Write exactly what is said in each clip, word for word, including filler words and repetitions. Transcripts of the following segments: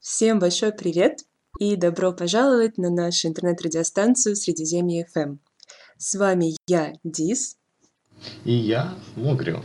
Всем большой привет и добро пожаловать на нашу интернет-радиостанцию Средиземье эф эм. С вами я, Дис. И я, Могрион.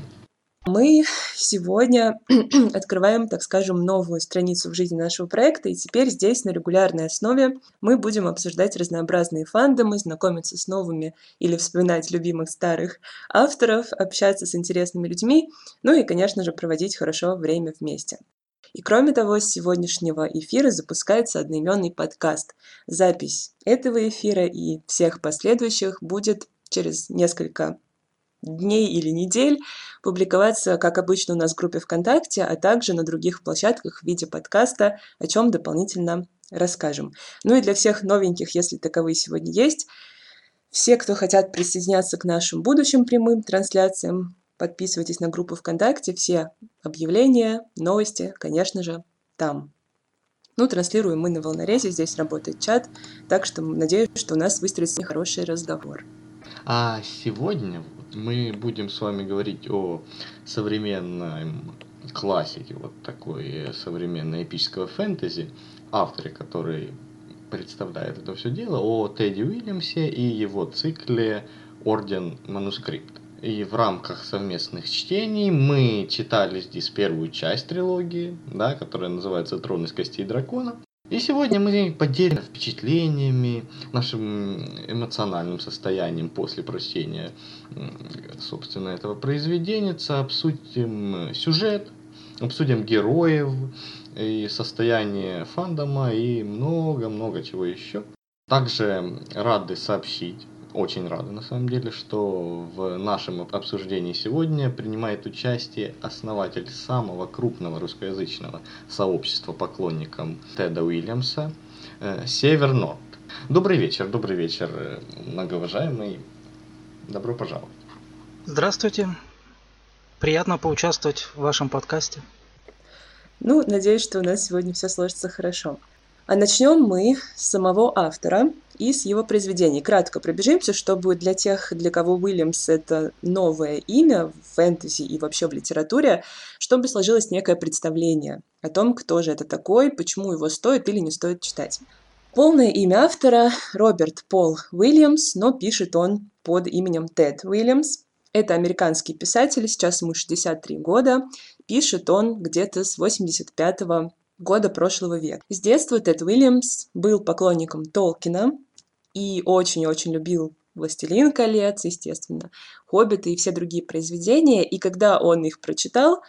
Мы сегодня открываем, так скажем, новую страницу в жизни нашего проекта, и теперь здесь на регулярной основе мы будем обсуждать разнообразные фандомы, знакомиться с новыми или вспоминать любимых старых авторов, общаться с интересными людьми, ну и, конечно же, проводить хорошо время вместе. И кроме того, с сегодняшнего эфира запускается одноименный подкаст. Запись этого эфира и всех последующих будет через несколько дней или недель публиковаться, как обычно, у нас в группе ВКонтакте, а также на других площадках в виде подкаста, о чем дополнительно расскажем. Ну и для всех новеньких, если таковые сегодня есть, все, кто хотят присоединяться к нашим будущим прямым трансляциям, подписывайтесь на группу ВКонтакте, все объявления, новости, конечно же, там. Ну, транслируем мы на волнорезе, здесь работает чат, так что надеюсь, что у нас выстроится хороший разговор. А сегодня мы будем с вами говорить о современной классике, вот такой современной эпического фэнтези, авторе, который представляет это все дело, о Тедди Уильямсе и его цикле «Орден Манускрипт». И в рамках совместных чтений мы читали здесь первую часть трилогии, да, которая называется «Трон из костей дракона». И сегодня мы поделимся впечатлениями, нашим эмоциональным состоянием после прочтения, собственно, этого произведения, обсудим сюжет, обсудим героев и состояние фандома и много-много чего еще. Также рады сообщить, очень рады на самом деле, что в нашем обсуждении сегодня принимает участие основатель самого крупного русскоязычного сообщества поклонников Теда Уильямса, Север Норд. Добрый вечер, добрый вечер, многоуважаемый. Добро пожаловать. Здравствуйте. Приятно поучаствовать в вашем подкасте. Ну, надеюсь, что у нас сегодня все сложится хорошо. А начнем мы с самого автора и с его произведений. Кратко пробежимся, чтобы для тех, для кого Уильямс — это новое имя в фэнтези и вообще в литературе, чтобы сложилось некое представление о том, кто же это такой, почему его стоит или не стоит читать. Полное имя автора — Роберт Пол Уильямс, но пишет он под именем Тед Уильямс. Это американский писатель, сейчас ему шестьдесят три года. Пишет он где-то с восемьдесят пятого года прошлого века. С детства Тед Уильямс был поклонником Толкина и очень-очень любил «Властелин колец», естественно, «Хоббиты» и все другие произведения. И когда он их прочитал,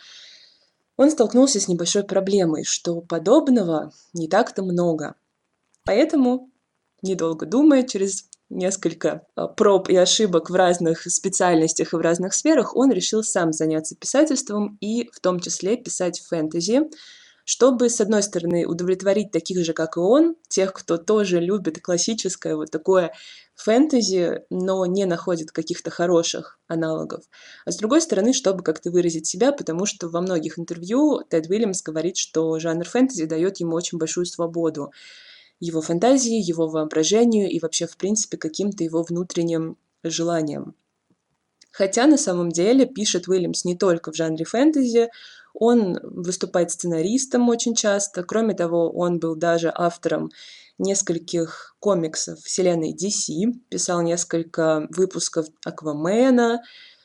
он столкнулся с небольшой проблемой, что подобного не так-то много. Поэтому, недолго думая, через несколько проб и ошибок в разных специальностях и в разных сферах, он решил сам заняться писательством и в том числе писать фэнтези, чтобы, с одной стороны, удовлетворить таких же, как и он, тех, кто тоже любит классическое вот такое фэнтези, но не находит каких-то хороших аналогов. А с другой стороны, чтобы как-то выразить себя, потому что во многих интервью Тед Уильямс говорит, что жанр фэнтези дает ему очень большую свободу. Его фантазии, его воображению и вообще, в принципе, каким-то его внутренним желаниям. Хотя на самом деле пишет Уильямс не только в жанре фэнтези, он выступает сценаристом очень часто. Кроме того, он был даже автором нескольких комиксов вселенной ди си, писал несколько выпусков Аквамена,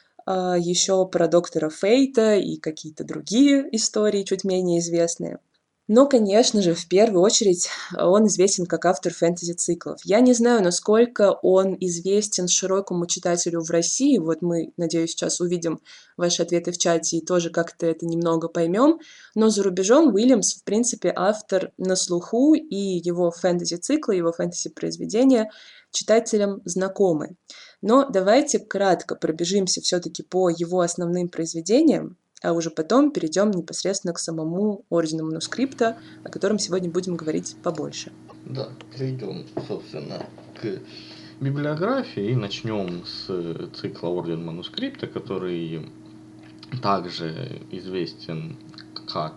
еще про Доктора Фейта и какие-то другие истории, чуть менее известные. Но, конечно же, в первую очередь он известен как автор фэнтези-циклов. Я не знаю, насколько он известен широкому читателю в России. Вот мы, надеюсь, сейчас увидим ваши ответы в чате и тоже как-то это немного поймем. Но за рубежом Уильямс, в принципе, автор на слуху, и его фэнтези-циклы, его фэнтези-произведения читателям знакомы. Но давайте кратко пробежимся все-таки по его основным произведениям, а уже потом перейдем непосредственно к самому ордену манускрипта, о котором сегодня будем говорить побольше. Да, перейдем, собственно, к библиографии и начнем с цикла Орден Манускрипта, который также известен как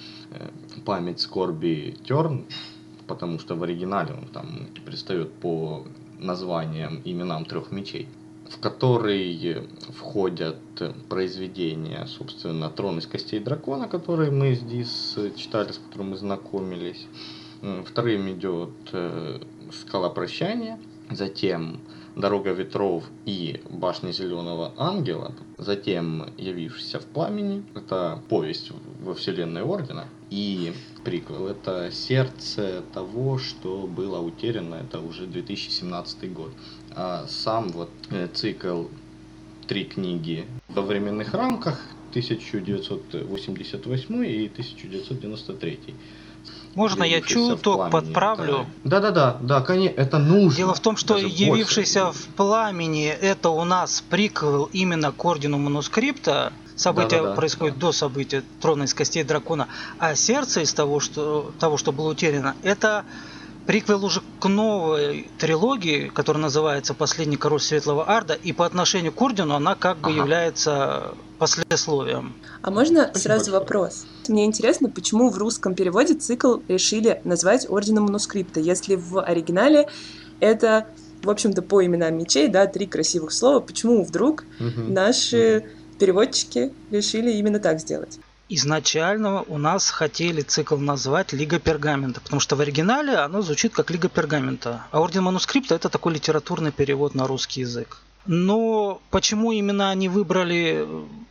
Память скорби Терн, потому что в оригинале он там предстает по названиям, именам трех мечей. в который входят произведения, собственно, «Трон из костей дракона», которые мы здесь читали, с которым мы знакомились. Вторым идет «Скала прощания», затем «Дорога ветров» и «Башня зеленого ангела», затем «Явившийся в пламени». Это повесть во вселенной Ордена. И приквел — это «Сердце того, что было утеряно». Это уже две тысячи семнадцатый год. А сам вот цикл «Три книги во временных рамках» тысяча девятьсот восемьдесят восьмой и тысяча девятьсот девяносто третий. Можно я чуток подправлю? Да-да-да, да, конечно, это нужно. Дело в том, что «Явившийся в пламени» — это у нас приквел именно к Ордену Манускрипта. События Да-да-да, происходят да. до события «Трона из костей дракона». А «Сердце из того, что, того, что было утеряно», это приквел уже к новой трилогии, которая называется «Последний король Светлого Арда», и по отношению к Ордену она как бы Ага. является послесловием. А можно Спасибо сразу большое. вопрос? Мне интересно, почему в русском переводе цикл решили назвать Орденом Манускрипта, если в оригинале это, в общем-то, по именам мечей, да, три красивых слова. Почему вдруг Мгм. наши переводчики решили именно так сделать? Изначально у нас хотели цикл назвать «Лига пергамента», потому что в оригинале оно звучит как «Лига пергамента», а «Орден Манускрипта» — это такой литературный перевод на русский язык. Но почему именно они выбрали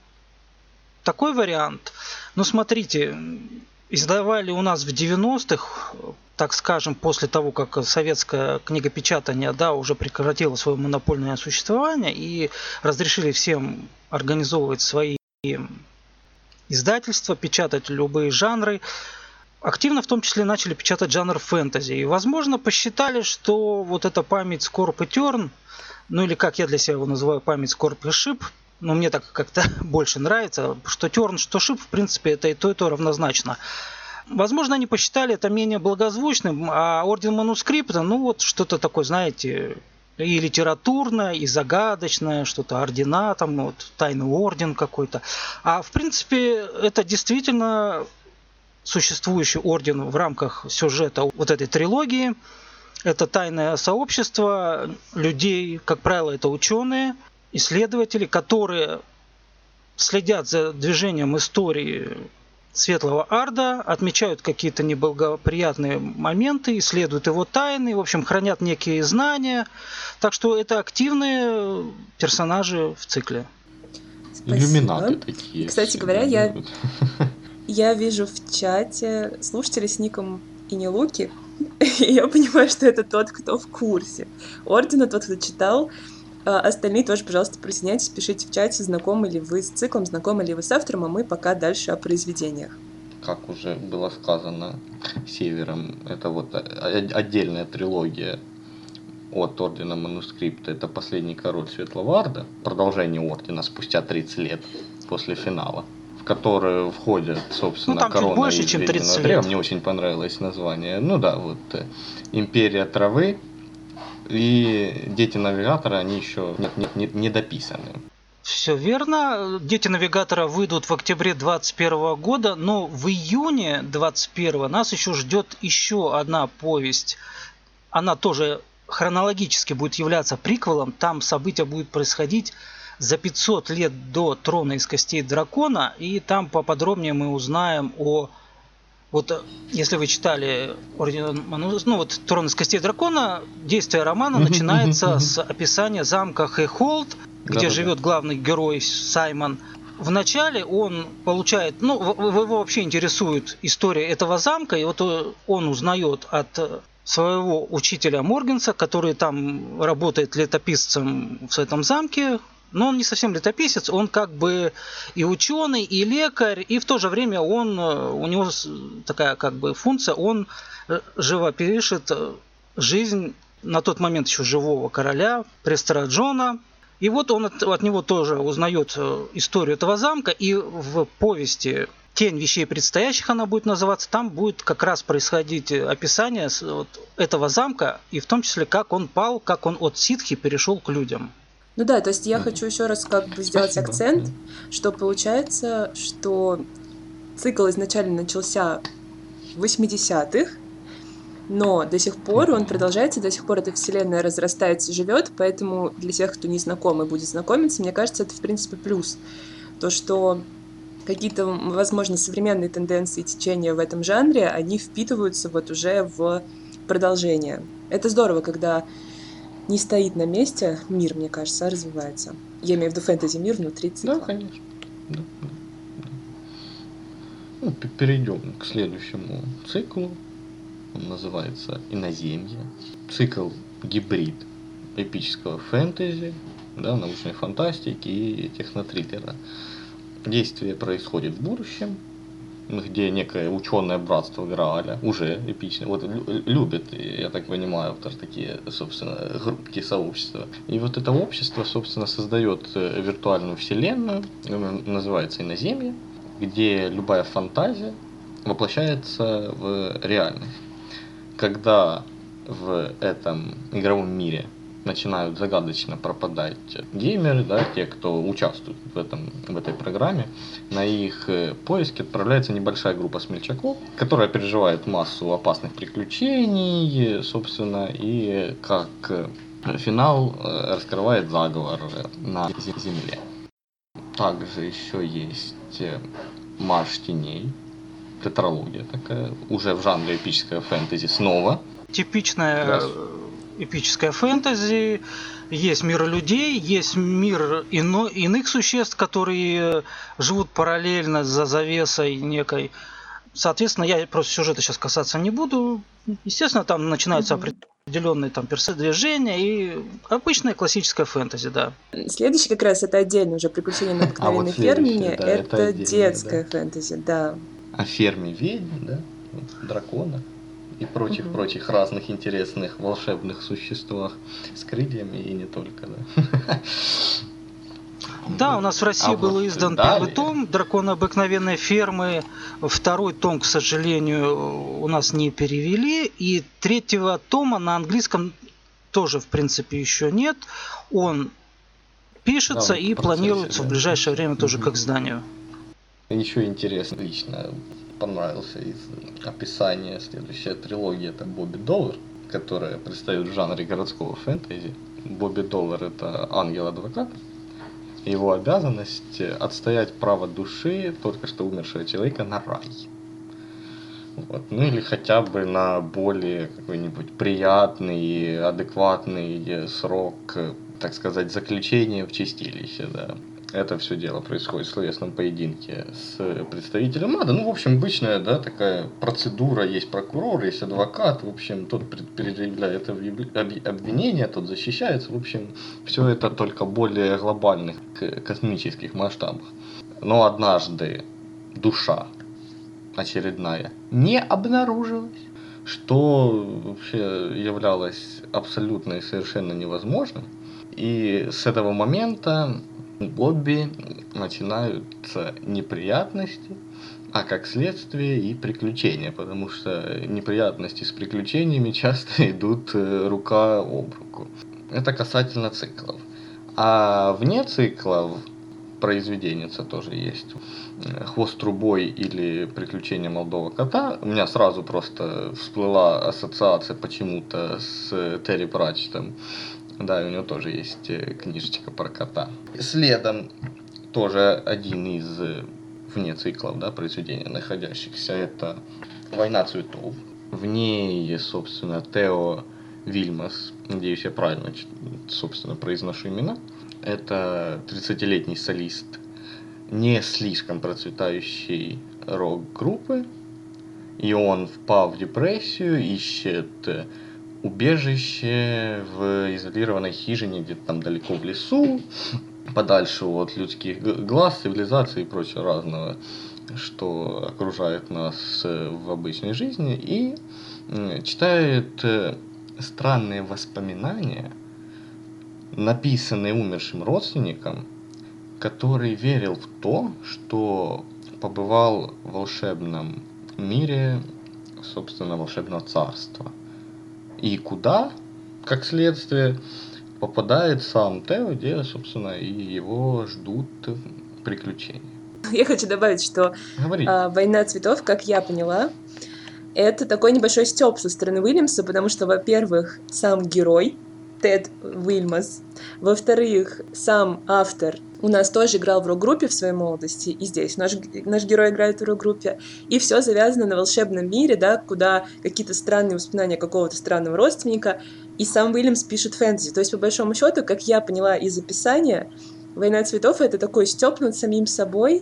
такой вариант? Ну, смотрите, издавали у нас в девяностых, так скажем, после того, как советское книгопечатание, да, уже прекратило свое монопольное существование и разрешили всем организовывать свои издательства, печатать любые жанры. Активно в том числе начали печатать жанр фэнтези. И, возможно, посчитали, что вот эта память Скорб и Терн, ну или как я для себя его называю, память Скорб и Шип, но мне так как-то больше нравится, что Терн, что Шип, в принципе, это и то, и то равнозначно. Возможно, они посчитали это менее благозвучным, а Орден Манускрипта, ну вот что-то такое, знаете, и литературное, и загадочное, что-то ордена, там вот тайный орден какой-то. А в принципе, это действительно существующий орден в рамках сюжета вот этой трилогии. Это тайное сообщество людей, как правило, это ученые, исследователи, которые следят за движением истории Светлого Арда, отмечают какие-то неблагоприятные моменты, исследуют его тайны, в общем, хранят некие знания. Так что это активные персонажи в цикле. Иллюминаты такие. И, кстати все, говоря, да, я, вот. я вижу в чате слушателей с ником Инилуки, и я понимаю, что это тот, кто в курсе Ордена, тот, кто читал. А остальные тоже, пожалуйста, присоединяйтесь, пишите в чате, знакомы ли вы с циклом, знакомы ли вы с автором, а мы пока дальше о произведениях. Как уже было сказано Севером, это вот отдельная трилогия от Ордена Манускрипта. Это «Последний король Светлого Арда», продолжение Ордена спустя тридцать лет после финала, в которую входят, собственно, Ну, там чуть корона больше, и чем Ведьминого тридцать древа. лет. Мне очень понравилось название. Ну да, вот э, Империя травы и Дети Навигатора, они еще не, не, не, не дописаны. Все верно. Дети Навигатора выйдут в октябре двадцать первого года, но в июне двадцать первого нас еще ждет еще одна повесть. Она тоже хронологически будет являться приквелом. Там события будут происходить за пятьсот лет до Трона из костей дракона. И там поподробнее мы узнаем о... Вот если вы читали Орден, ну вот Трон из костей дракона, действие романа начинается с описания замка Хейхолд, где Да-да-да. живет главный герой Саймон. Вначале он получает, ну, его вообще интересует история этого замка, и вот он узнает от своего учителя Моргенса, который там работает летописцем в этом замке. Но он не совсем летописец, он как бы и ученый, и лекарь, и в то же время он, у него такая как бы функция, он живопишет жизнь на тот момент еще живого короля, Престора Джона. И вот он от, от него тоже узнает историю этого замка, и в повести «Тень вещей предстоящих» она будет называться, там будет как раз происходить описание вот этого замка, и в том числе как он пал, как он от ситхи перешел к людям. Ну да, то есть я хочу еще раз как бы сделать Спасибо. акцент, что получается, что цикл изначально начался в восьмидесятых, но до сих пор он продолжается, до сих пор эта вселенная разрастается, живет, поэтому для тех, кто не знаком и будет знакомиться, мне кажется, это, в принципе, плюс. То, что какие-то, возможно, современные тенденции и течения в этом жанре, они впитываются вот уже в продолжение. Это здорово, когда не стоит на месте мир, мне кажется, а развивается. Я имею в виду фэнтези-мир внутри цикла. Да, конечно. Да, да, да. Ну, перейдем к следующему циклу. Он называется «Иноземье». Цикл гибрид эпического фэнтези, да, научной фантастики и технотриллера. Действие происходит в будущем, где некое ученое братство Грааля, уже эпичное, вот любит, я так понимаю, автор такие, собственно, группки, сообщества. И вот это общество, собственно, создает виртуальную вселенную, называется «Иноземье», где любая фантазия воплощается в реальность. Когда в этом игровом мире начинают загадочно пропадать геймеры, да, те, кто участвует в, этом, в этой программе, на их поиски отправляется небольшая группа смельчаков, которая переживает массу опасных приключений, собственно, и как финал раскрывает заговор на Земле. Также еще есть «Марш теней», тетралогия такая, уже в жанре эпическое фэнтези снова. Типичная Да. эпическое фэнтези. Есть мир людей, есть мир ино, иных существ, которые живут параллельно за завесой некой. Соответственно, я просто сюжета сейчас касаться не буду. Естественно, там начинаются Мгм. определенные там персодвижения и обычное классическое фэнтези, да. Следующий как раз это отдельно уже «Приключения на А обыкновенной вот следующее, ферме». да, это Это отдельно, детское да. фэнтези, да. О ферме ведьм, да, дракона и прочих, Мгм. прочих разных интересных волшебных существах с крыльями и не только, да. Да, у нас в России А был вот издан далее- первый том «Драконы обыкновенной фермы». Второй том, к сожалению, у нас не перевели. И третьего тома на английском тоже, в принципе, еще нет. Он пишется Да, он и в процессе, планируется да. в ближайшее время тоже Мгм. к изданию. Еще интересно, лично понравился из описания следующая трилогия, это Бобби Доллар, которая предстает в жанре городского фэнтези. Бобби Доллар — это ангел-адвокат. Его обязанность отстоять право души только что умершего человека на рай. Вот. Ну или хотя бы на более какой-нибудь приятный, адекватный срок, так сказать, заключения в чистилище, да. Это все дело происходит в словесном поединке с представителем ада. Ну, в общем, обычная, да, такая процедура. Есть прокурор, есть адвокат. В общем, тот предъявляет обвинение, тот защищается. В общем, все это только более глобальных космических масштабах. Но однажды душа очередная не обнаружилась, что вообще являлось абсолютно и совершенно невозможным. И с этого момента у Бобби начинаются неприятности, а как следствие и приключения, потому что неприятности с приключениями часто идут рука об руку. Это касательно циклов. А вне циклов произведенница тоже есть. «Хвост трубой» или «Приключения молодого кота». У меня сразу просто всплыла ассоциация почему-то с Терри Пратчеттом. Да, у него тоже есть книжечка про кота. Следом тоже один из вне циклов, да, произведений находящихся, это «Война цветов». В ней, собственно, Тео Вильмас, надеюсь, я правильно, собственно, произношу имена. Это тридцатилетний солист не слишком процветающей рок-группы. И он, впав в депрессию, ищет убежище в изолированной хижине где-то там далеко в лесу, подальше от людских глаз, цивилизации и прочего разного, что окружает нас в обычной жизни, и читает странные воспоминания, написанные умершим родственником, который верил в то, что побывал в волшебном мире, собственно, волшебного царства. И куда, как следствие, попадает сам Тео, где, собственно, и его ждут приключения. Я хочу добавить, что Говори. а, «Война цветов», как я поняла, Это такой небольшой стёб со стороны Уильямса, потому что, во-первых, сам герой Тед Уильямс, во-вторых, сам автор у нас тоже играл в рок-группе в своей молодости, и здесь наш, наш герой играет в рок-группе, и все завязано на волшебном мире, да, куда какие-то странные воспоминания какого-то странного родственника, и сам Уильямс пишет фэнтези. То есть, по большому счету, как я поняла из описания, «Война цветов» — это такой стёб над самим собой,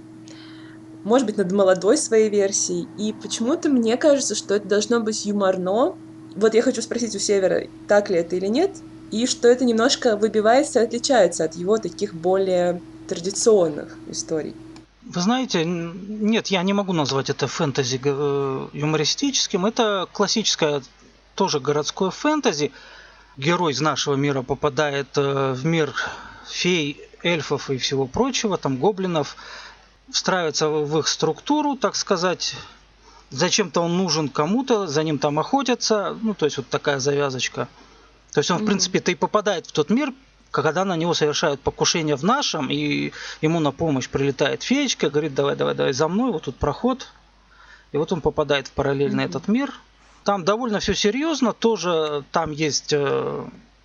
может быть, над молодой своей версией, и почему-то мне кажется, что это должно быть юморно. Вот я хочу спросить у Севера, так ли это или нет, и что это немножко выбивается и отличается от его таких более традиционных историй. Вы знаете, нет, я не могу назвать это фэнтези юмористическим. Это классическое тоже городское фэнтези. Герой из нашего мира попадает в мир фей, эльфов и всего прочего, там гоблинов, встраивается в их структуру, так сказать. Зачем-то он нужен кому-то, за ним там охотятся. Ну, то есть вот такая завязочка. То есть он, в принципе-то и попадает в тот мир, когда на него совершают покушение в нашем, и ему на помощь прилетает феечка, говорит, давай, давай, давай за мной, вот тут проход. И вот он попадает в параллельный mm-hmm. этот мир. Там довольно все серьезно, тоже там есть э,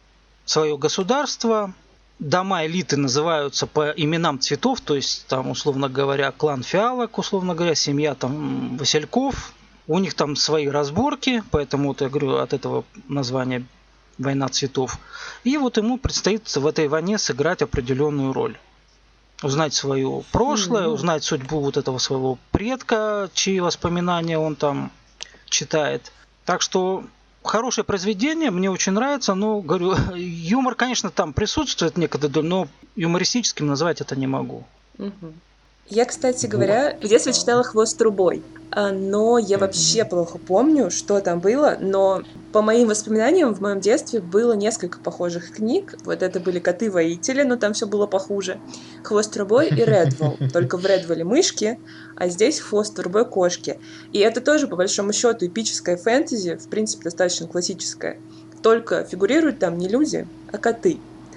свое государство. Дома элиты называются по именам цветов, то есть там, условно говоря, клан фиалок, условно говоря, семья там васильков. У них там свои разборки, поэтому вот я говорю, от этого названия «Война цветов». И вот ему предстоит в этой войне сыграть определенную роль. Узнать свое прошлое, mm-hmm. узнать судьбу вот этого своего предка, чьи воспоминания он там читает. Так что хорошее произведение, мне очень нравится. Но, говорю, юмор, конечно, там присутствует некогда, но юмористическим назвать это не могу. Mm-hmm. Я, кстати говоря, в детстве читала «Хвост трубой», но я вообще плохо помню, что там было, но по моим воспоминаниям в моем детстве было несколько похожих книг. Вот это были «Коты-воители», но там все было похуже. «Хвост трубой» и «Редвелл». Только в «Редвелле» мышки, а здесь «Хвост трубой» кошки. И это тоже, по большому счету, эпическое фэнтези, в принципе, достаточно классическое. Только фигурируют там не люди, а коты.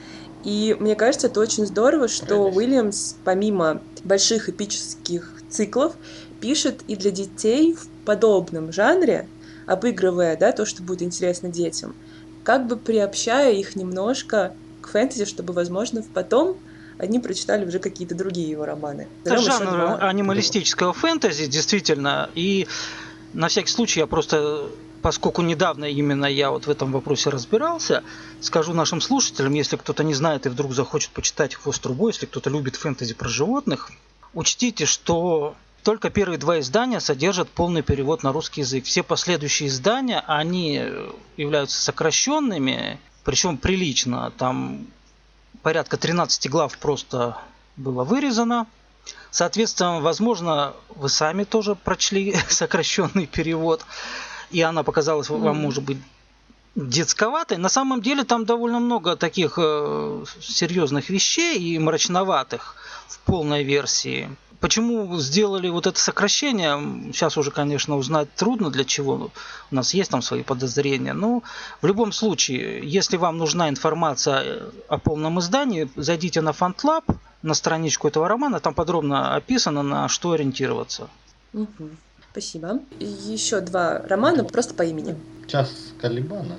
И мне кажется, это очень здорово, что Уильямс, помимо больших эпических циклов, пишет и для детей в подобном жанре, обыгрывая, да, то, что будет интересно детям, как бы приобщая их немножко к фэнтези, чтобы, возможно, потом они прочитали уже какие-то другие его романы. Это жанр анималистического фэнтези, действительно, и на всякий случай я просто... Поскольку недавно именно я вот в этом вопросе разбирался, скажу нашим слушателям, если кто-то не знает и вдруг захочет почитать «Хвост трубой», если кто-то любит фэнтези про животных, учтите, что только первые два издания содержат полный перевод на русский язык. Все последующие издания, они являются сокращенными, причем прилично. Там порядка тринадцать глав просто было вырезано. Соответственно, возможно, вы сами тоже прочли сокращенный перевод. И она показалась вам, mm-hmm. может быть, детсковатой. На самом деле там довольно много таких э, серьезных вещей и мрачноватых в полной версии. Почему сделали вот это сокращение, сейчас уже, конечно, узнать трудно, для чего. У нас есть там свои подозрения. Но в любом случае, если вам нужна информация о полном издании, зайдите на FantLab, на страничку этого романа, там подробно описано, на что ориентироваться. Mm-hmm. Спасибо. Еще два романа, просто по имени. «Час Калибана»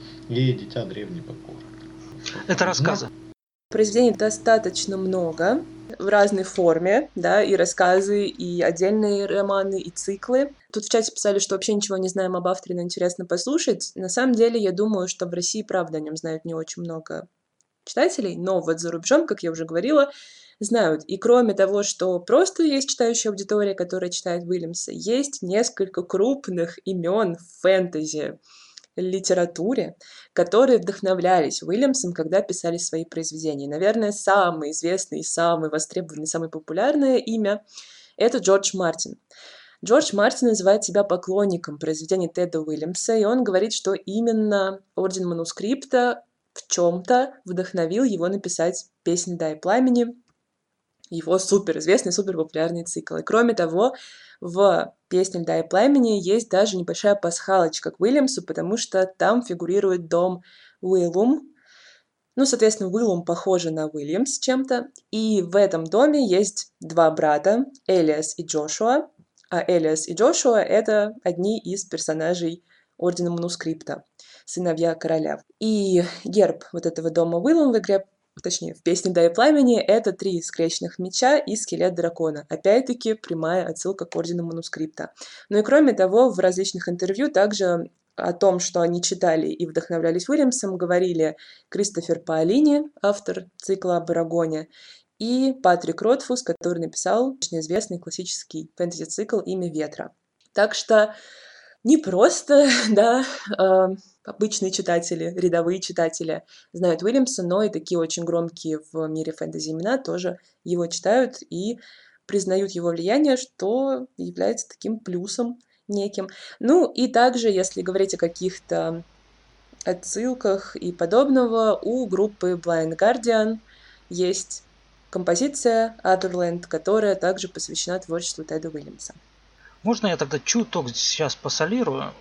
и «Дитя древнего города». Это рассказы. Произведений достаточно много, в разной форме, да, и рассказы, и отдельные романы, и циклы. Тут в чате писали, что вообще ничего не знаем об авторе, но интересно послушать. На самом деле, я думаю, что в России, правда, о нем знают не очень много читателей, но вот за рубежом, как я уже говорила, знают. И кроме того, что просто есть читающая аудитория, которая читает Уильямса, есть несколько крупных имен в фэнтези литературе, которые вдохновлялись Уильямсом, когда писали свои произведения. Наверное, самое известное и самое востребованное, самое популярное имя — это Джордж Мартин. Джордж Мартин называет себя поклонником произведений Теда Уильямса, и он говорит, что именно Орден Манускрипта в чем-то вдохновил его написать «Песнь льда и пламени», его суперизвестный, суперпопулярный цикл. И кроме того, в «Песне льда и пламени» есть даже небольшая пасхалочка к Уильямсу, потому что там фигурирует дом Уиллум. Ну, соответственно, Уиллум похожа на Уильямс чем-то. И в этом доме есть два брата, Элиас и Джошуа. А Элиас и Джошуа — это одни из персонажей Ордена Манускрипта, сыновья короля. И герб вот этого дома Уиллом в игре, точнее, в «Песне да и пламени» — это три скрещенных меча и скелет дракона. Опять-таки прямая отсылка к Ордену Манускрипта. Ну и кроме того, в различных интервью также о том, что они читали и вдохновлялись Уильямсом, говорили Кристофер Паолини, автор цикла об Арагоне, и Патрик Ротфус, который написал очень известный классический фэнтези-цикл «Имя ветра». Так что не просто, да, э, обычные читатели, рядовые читатели знают Уильямса, но и такие очень громкие в мире фэнтези имена тоже его читают и признают его влияние, что является таким плюсом неким. Ну и также, если говорить о каких-то отсылках и подобного, у группы Blind Guardian есть композиция Otherland, которая также посвящена творчеству Теда Уильямса. Можно я тогда чуток сейчас посолирую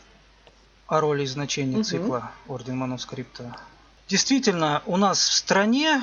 о роли и значении Мгм. цикла Орден Манускрипта? Действительно, у нас в стране,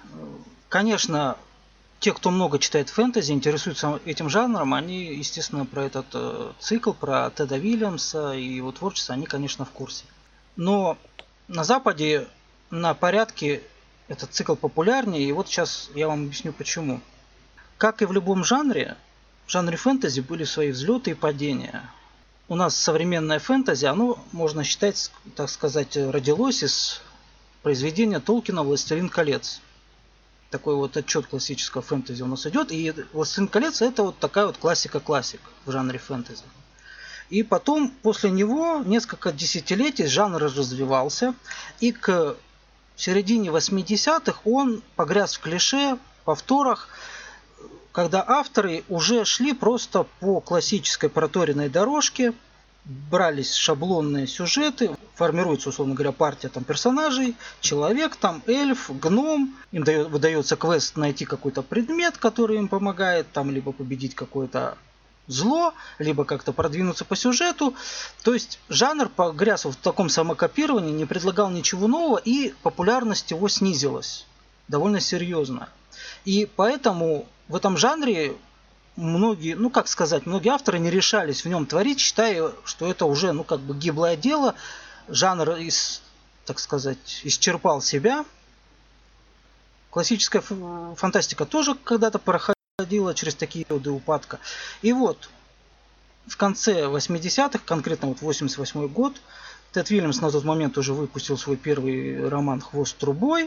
конечно, те, кто много читает фэнтези, интересуются этим жанром, они, естественно, про этот э, цикл, про Теда Уильямса и его творчество, они, конечно, в курсе. Но на Западе на порядке этот цикл популярнее, и вот сейчас я вам объясню почему. Как и в любом жанре, в жанре фэнтези были свои взлеты и падения. У нас современное фэнтези, оно, можно считать, так сказать, родилось из произведения Толкина «Властелин колец». Такой вот отчет классического фэнтези у нас идет. И «Властелин колец» — это вот такая вот классика-классик в жанре фэнтези. И потом, после него, несколько десятилетий жанр развивался. И к середине восьмидесятых он погряз в клише, повторах, когда авторы уже шли просто по классической проторенной дорожке, брались шаблонные сюжеты, формируется, условно говоря, партия там персонажей, человек, там эльф, гном, им дает, выдается квест найти какой-то предмет, который им помогает, там либо победить какое-то зло, либо как-то продвинуться по сюжету. То есть жанр погряз в таком самокопировании, не предлагал ничего нового, и популярность его снизилась довольно серьезно. И поэтому в этом жанре многие, ну как сказать, многие авторы не решались в нем творить, считая, что это уже, ну как бы гиблое дело, жанр, из, так сказать, исчерпал себя. Классическая фантастика тоже когда-то проходила через такие периоды упадка. И вот в конце восьмидесятых, конкретно вот восемьдесят восьмой год, Тед Уильямс на тот момент уже выпустил свой первый роман «Хвост трубой»,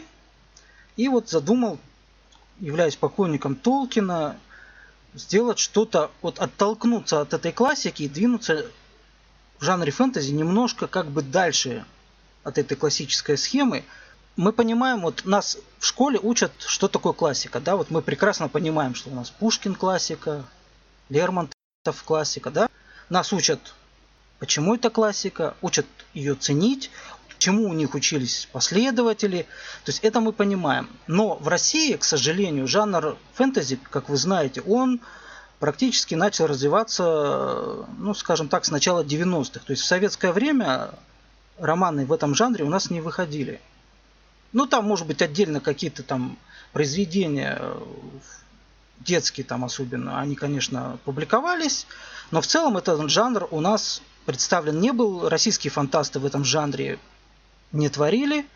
и вот задумал, являясь поклонником Толкина, сделать что-то, вот оттолкнуться от этой классики и двинуться в жанре фэнтези немножко как бы дальше от этой классической схемы. Мы понимаем, вот нас в школе учат, что такое классика, да, вот мы прекрасно понимаем, что у нас Пушкин классика, Лермонтов классика, да, нас учат, почему это классика, учат ее ценить, чему у них учились последователи. То есть это мы понимаем. Но в России, к сожалению, жанр фэнтези, как вы знаете, он практически начал развиваться, ну, скажем так, с начала девяностых. То есть в советское время романы в этом жанре у нас не выходили. Ну, там, может быть, отдельно какие-то там произведения, детские там особенно, они, конечно, публиковались. Но в целом этот жанр у нас представлен не был. Российские фантасты в этом жанре не творили.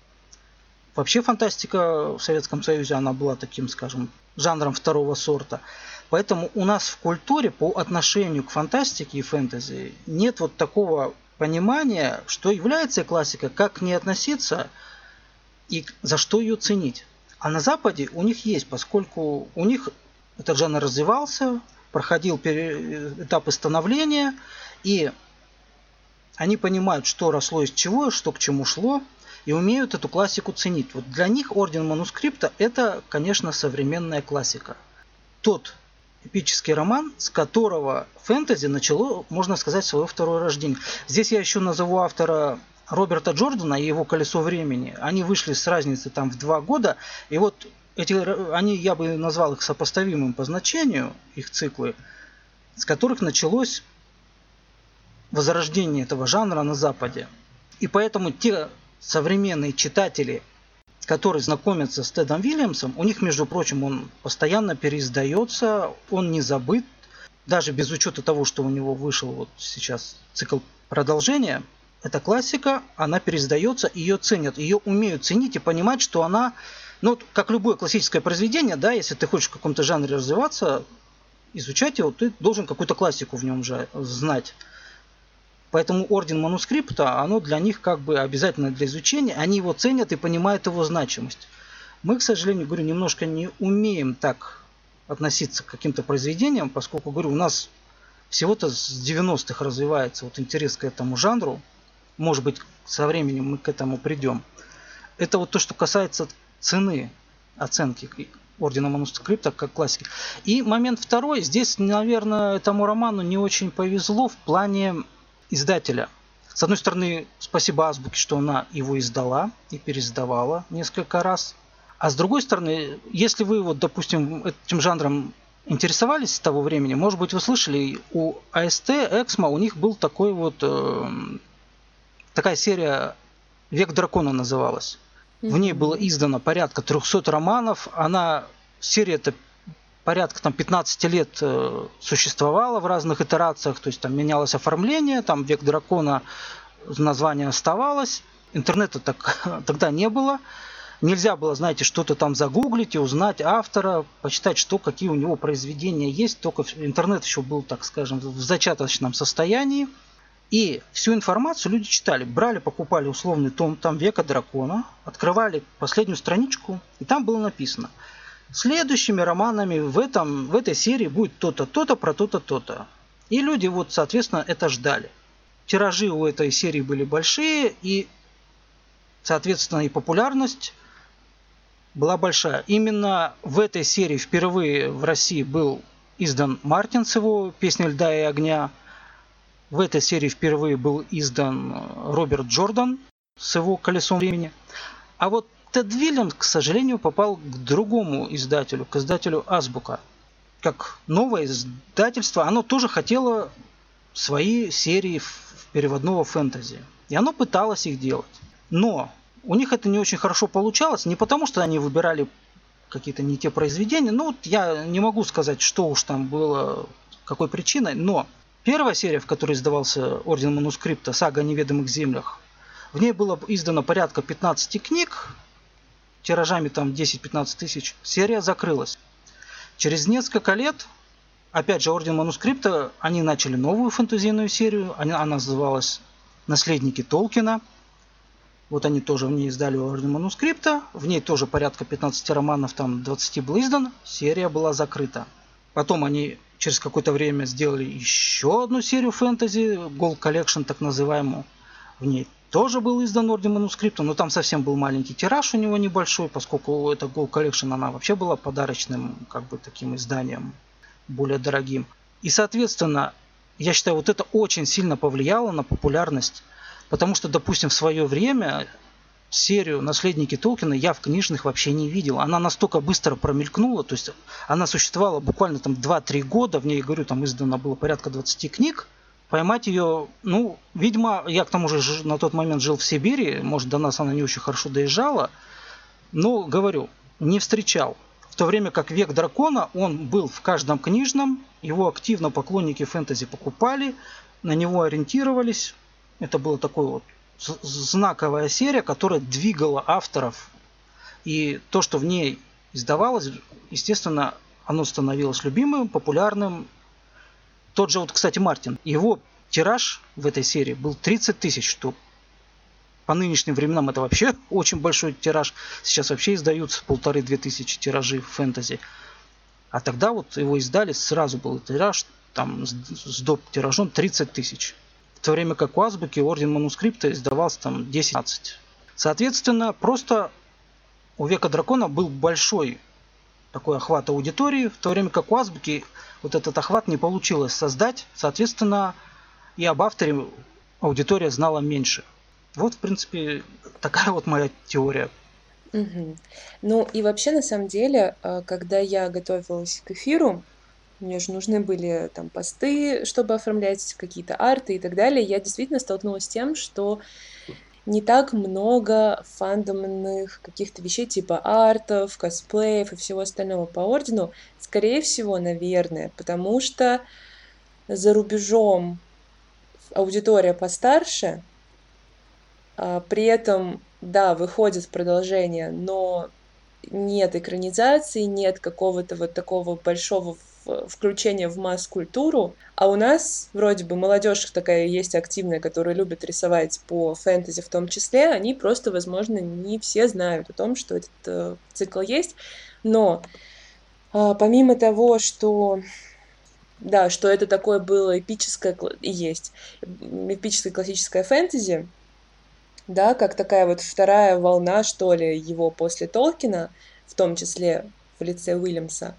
Вообще фантастика в Советском Союзе, она была таким, скажем, жанром второго сорта. Поэтому у нас в культуре по отношению к фантастике и фэнтези нет вот такого понимания, что является классикой, как к ней относиться и за что ее ценить. А на Западе у них есть, поскольку у них этот жанр развивался, проходил этапы становления, и они понимают, что росло из чего, что к чему шло, и умеют эту классику ценить. Вот для них Орден Манускрипта — это, конечно, современная классика. Тот эпический роман, с которого фэнтези начало, можно сказать, свое второе рождение. Здесь я еще назову автора Роберта Джордана и его «Колесо времени». Они вышли с разницей там в два года, и вот эти, они, я бы назвал их сопоставимым по значению, их циклы, с которых началось возрождение этого жанра на Западе. И поэтому те современные читатели, которые знакомятся с Тедом Уильямсом, у них, между прочим, он постоянно переиздается, он не забыт. даже без учета того, что у него вышел вот сейчас цикл продолжения, эта классика, она переиздается, ее ценят, ее умеют ценить и понимать, что она, ну, как любое классическое произведение, да, если ты хочешь в каком-то жанре развиваться, изучать его, ты должен какую-то классику в нем же знать. Поэтому орден манускрипта, оно для них как бы обязательно для изучения, они его ценят и понимают его значимость. Мы, к сожалению, говорю, немножко не умеем так относиться к каким-то произведениям, поскольку, говорю, у нас всего-то с девяностых развивается вот интерес к этому жанру. Может быть, со временем мы к этому придем. Это вот то, что касается цены, оценки ордена манускрипта как классики. И момент второй. Здесь, наверное, этому роману не очень повезло в плане издателя. С одной стороны, спасибо Азбуке, что она его издала и переиздавала несколько раз. А с другой стороны, если вы, вот, допустим, этим жанром интересовались с того времени, может быть, вы слышали, у АСТ, Эксмо, у них был такой вот, э, такая серия «Век дракона» называлась. В ней было издано порядка трехсот романов. Она, серия-то порядка там, пятнадцать лет э, существовала в разных итерациях. То есть там менялось оформление, там «Век дракона» название оставалось. Интернета так, тогда не было. Нельзя было, знаете, что-то там загуглить и узнать автора, почитать, что, какие у него произведения есть. Только интернет еще был, так скажем, в зачаточном состоянии. И всю информацию люди читали. Брали, покупали условный том там «Века дракона», открывали последнюю страничку, и там было написано: следующими романами в, этом, в этой серии будет то-то, то-то, про то-то, то-то. И люди, вот, соответственно, это ждали. Тиражи у этой серии были большие, и, соответственно, и популярность была большая. Именно в этой серии впервые в России был издан Мартин с его «Песней льда и огня». В этой серии впервые был издан Роберт Джордан с его «Колесом времени». А вот Тед Вильямс, к сожалению, попал к другому издателю, к издателю Азбука. Как новое издательство, оно тоже хотело свои серии переводного фэнтези. И оно пыталось их делать. Но у них это не очень хорошо получалось, не потому что они выбирали какие-то не те произведения. Ну, я не могу сказать, что уж там было, какой причиной, но первая серия, в которой издавался Орден Манускрипта, «Сага о неведомых землях», в ней было издано порядка пятнадцать книг, тиражами там десять-пятнадцать тысяч. Серия закрылась. Через несколько лет, опять же, Орден Манускрипта, они начали новую фэнтезийную серию. Она называлась «Наследники Толкина». Вот они тоже в ней издали Орден Манускрипта. В ней тоже порядка пятнадцати романов, там двадцать было издано. Серия была закрыта. Потом они через какое-то время сделали еще одну серию фэнтези, Gold Collection так называемую. В ней тоже был издан Орден Манускрипта, но там совсем был маленький тираж у него небольшой, поскольку эта Gold Collection, она вообще была подарочным, как бы, таким изданием, более дорогим. И, соответственно, я считаю, вот это очень сильно повлияло на популярность, потому что, допустим, в свое время серию «Наследники Толкина» я в книжных вообще не видел. Она настолько быстро промелькнула, то есть она существовала буквально там два-три года, в ней, говорю, там издано было порядка двадцати книг. Поймать ее, ну, видимо, я к тому же на тот момент жил в Сибири, может, до нас она не очень хорошо доезжала, но, говорю, не встречал. В то время как «Век дракона», он был в каждом книжном, его активно поклонники фэнтези покупали, на него ориентировались. Это была такой вот знаковая серия, которая двигала авторов. И то, что в ней издавалось, естественно, оно становилось любимым, популярным. Тот же, вот, кстати, Мартин, его тираж в этой серии был тридцать тысяч штук. По нынешним временам это вообще очень большой тираж. Сейчас вообще издаются полторы-две тысячи тиражей фэнтези. А тогда вот его издали, сразу был тираж, там с доп. Тиражом тридцать тысяч. В то время как у Азбуки Орден Манускрипта издавался там десять-пятнадцать. Соответственно, просто у «Века дракона» был большой такой охват аудитории, в то время как у Азбуки вот этот охват не получилось создать. Соответственно, и об авторе аудитория знала меньше. Вот, в принципе, такая вот моя теория. Угу. Ну и вообще, на самом деле, когда я готовилась к эфиру, мне же нужны были там посты, чтобы оформлять какие-то арты и так далее. Я действительно столкнулась с тем, что не так много фандомных каких-то вещей типа артов, косплеев и всего остального по ордену. Скорее всего, наверное, потому что за рубежом аудитория постарше, а, при этом, да, выходит продолжение, но нет экранизации, нет какого-то вот такого большого в- включения в масс-культуру, а у нас вроде бы молодежь такая есть активная, которая любит рисовать по фэнтези в том числе, они просто, возможно, не все знают о том, что этот э, цикл есть, но а, помимо того, что да, что это такое было эпическое кла- и есть м, эпическое классическое фэнтези, да, как такая вот вторая волна, что ли, его после Толкина, в том числе в лице Уильямса.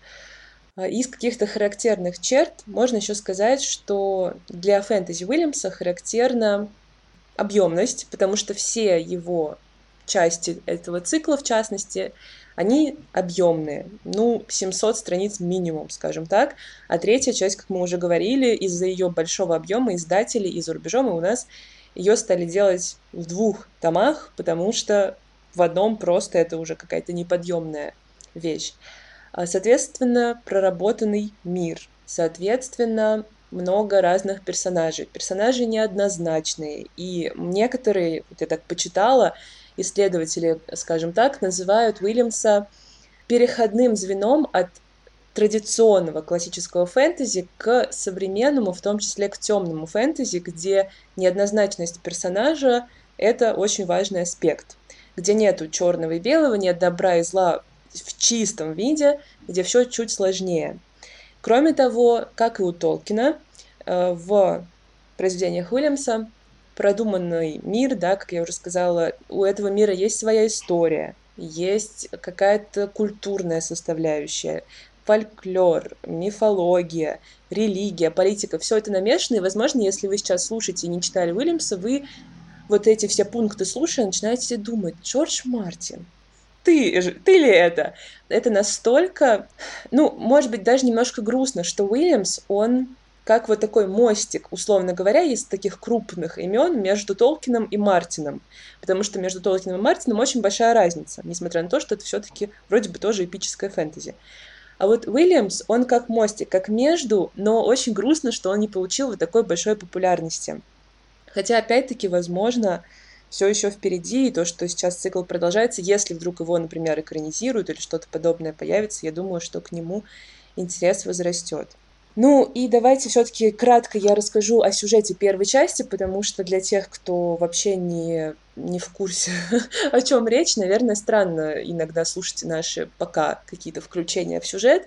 А из каких-то характерных черт можно еще сказать, что для фэнтези Уильямса характерна объемность, потому что все его части этого цикла, в частности, они объемные, ну, семьсот страниц минимум, скажем так, а третья часть, как мы уже говорили, из-за ее большого объема издатели и за рубежом, и у нас ее стали делать в двух томах, потому что в одном просто это уже какая-то неподъемная вещь. А, Соответственно, проработанный мир, соответственно, много разных персонажей. Персонажи неоднозначные, и некоторые, вот я так почитала, исследователи, скажем так, называют Уильямса переходным звеном от традиционного классического фэнтези к современному, в том числе к темному фэнтези, где неоднозначность персонажа — это очень важный аспект, где нету черного и белого, нет добра и зла в чистом виде, где все чуть сложнее. Кроме того, как и у Толкина, э, в произведениях Уильямса продуманный мир, да, как я уже сказала, у этого мира есть своя история, есть какая-то культурная составляющая, фольклор, мифология, религия, политика, все это намешано, и, возможно, если вы сейчас слушаете и не читали Уильямса, вы вот эти все пункты слушая начинаете думать: Джордж Мартин, ты, же- ты ли это? Это настолько, ну, может быть, даже немножко грустно, что Уильямс, он как вот такой мостик, условно говоря, из таких крупных имен между Толкином и Мартином. Потому что между Толкином и Мартином очень большая разница, несмотря на то, что это все-таки вроде бы тоже эпическое фэнтези. А вот Уильямс, он как мостик, как между, но очень грустно, что он не получил вот такой большой популярности. Хотя, опять-таки, возможно, все еще впереди, и то, что сейчас цикл продолжается, если вдруг его, например, экранизируют или что-то подобное появится, я думаю, что к нему интерес возрастет. Ну и давайте все-таки кратко я расскажу о сюжете первой части, потому что для тех, кто вообще не, не в курсе, о чем речь, наверное, странно иногда слушать наши пока какие-то включения в сюжет.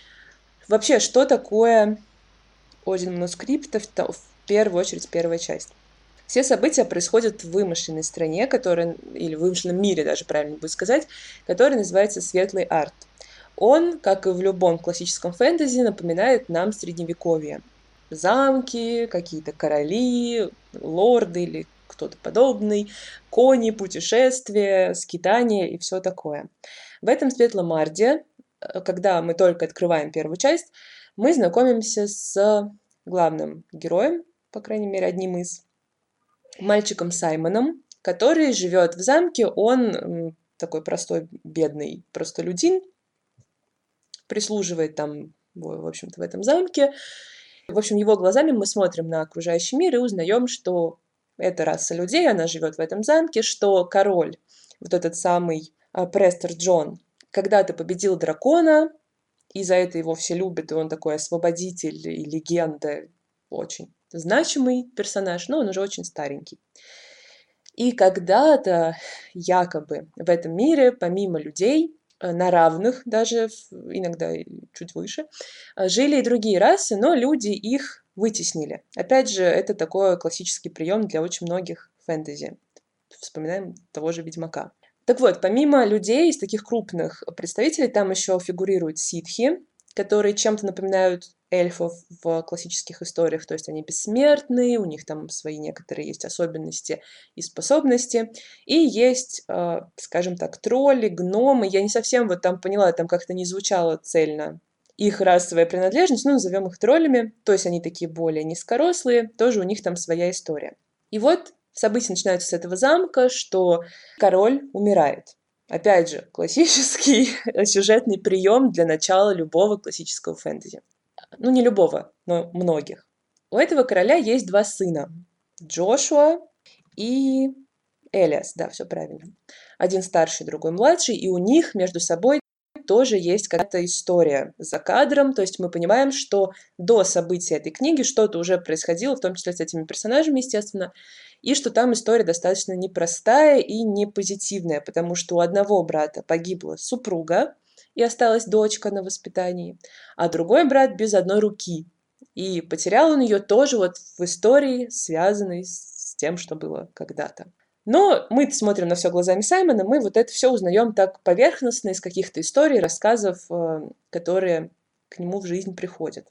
Вообще, что такое Орден манускриптов, то в первую очередь первая часть? Все события происходят в вымышленной стране, которая, или в вымышленном мире даже правильно будет сказать, который называется Светлый Арт. Он, как и в любом классическом фэнтези, напоминает нам средневековье. Замки, какие-то короли, лорды или кто-то подобный, кони, путешествия, скитания и все такое. В этом Светлом Арде, э, когда мы только открываем первую часть, мы знакомимся с главным героем, по крайней мере, одним из мальчиком Саймоном, который живет в замке. Он такой простой, бедный простолюдин, прислуживает там, в общем-то, в этом замке. В общем, его глазами мы смотрим на окружающий мир и узнаем, что это раса людей, она живет в этом замке, что король, вот этот самый а, Престер Джон, когда-то победил дракона, и за это его все любят, и он такой освободитель и легенда, очень значимый персонаж, но он уже очень старенький. И когда-то якобы в этом мире, помимо людей, э, на равных, даже иногда чуть выше, э, жили и другие расы, но люди их вытеснили. Опять же, это такой классический прием для очень многих фэнтези. Вспоминаем того же Ведьмака. Так вот, помимо людей из таких крупных представителей, там еще фигурируют ситхи, которые чем-то напоминают эльфов в классических историях, то есть они бессмертные, у них там свои некоторые есть особенности и способности, и есть, э, скажем так, тролли, гномы, я не совсем вот там поняла, там как-то не звучало цельно их расовая принадлежность, ну, назовем их троллями, то есть они такие более низкорослые, тоже у них там своя история. И вот события начинаются с этого замка, что король умирает. Опять же, классический сюжетный прием для начала любого классического фэнтези. Ну, не любого, но многих. У этого короля есть два сына. Джошуа и Элиас, да, все правильно. Один старший, другой младший, и у них между собой тоже есть какая-то история за кадром, то есть мы понимаем, что до событий этой книги что-то уже происходило, в том числе с этими персонажами, естественно, и что там история достаточно непростая и не позитивная, потому что у одного брата погибла супруга и осталась дочка на воспитании, а другой брат без одной руки. И потерял он ее тоже вот в истории, связанной с тем, что было когда-то. Но мы смотрим на все глазами Саймона, мы вот это все узнаем так поверхностно из каких-то историй, рассказов, которые к нему в жизнь приходят.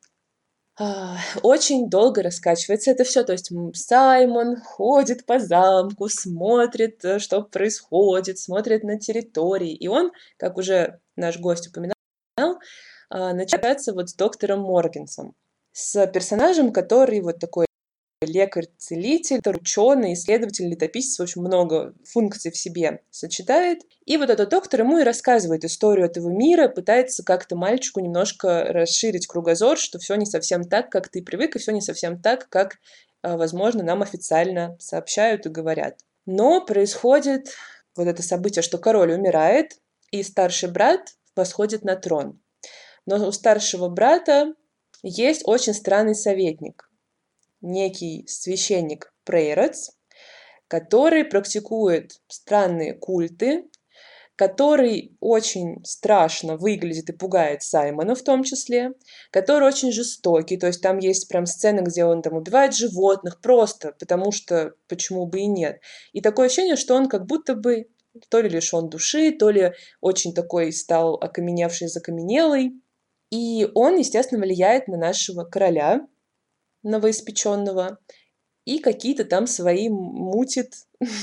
Очень долго раскачивается это все, то есть Саймон ходит по замку, смотрит, что происходит, смотрит на территории, и он, как уже наш гость упоминал, начинается вот с доктором Моргенсом, с персонажем, который вот такой лекарь-целитель, ученый, исследователь, летописец, в общем, много функций в себе сочетает. И вот этот доктор ему и рассказывает историю этого мира, пытается как-то мальчику немножко расширить кругозор, что все не совсем так, как ты привык, и все не совсем так, как, возможно, нам официально сообщают и говорят. Но происходит вот это событие, что король умирает, и старший брат восходит на трон. Но у старшего брата есть очень странный советник, некий священник Прейротс, который практикует странные культы, который очень страшно выглядит и пугает Саймона в том числе, который очень жестокий, то есть там есть прям сцены, где он там убивает животных просто, потому что почему бы и нет. И такое ощущение, что он как будто бы то ли лишен души, то ли очень такой стал окаменевший, закаменелый. И он, естественно, влияет на нашего короля новоиспеченного, и какие-то там свои мутит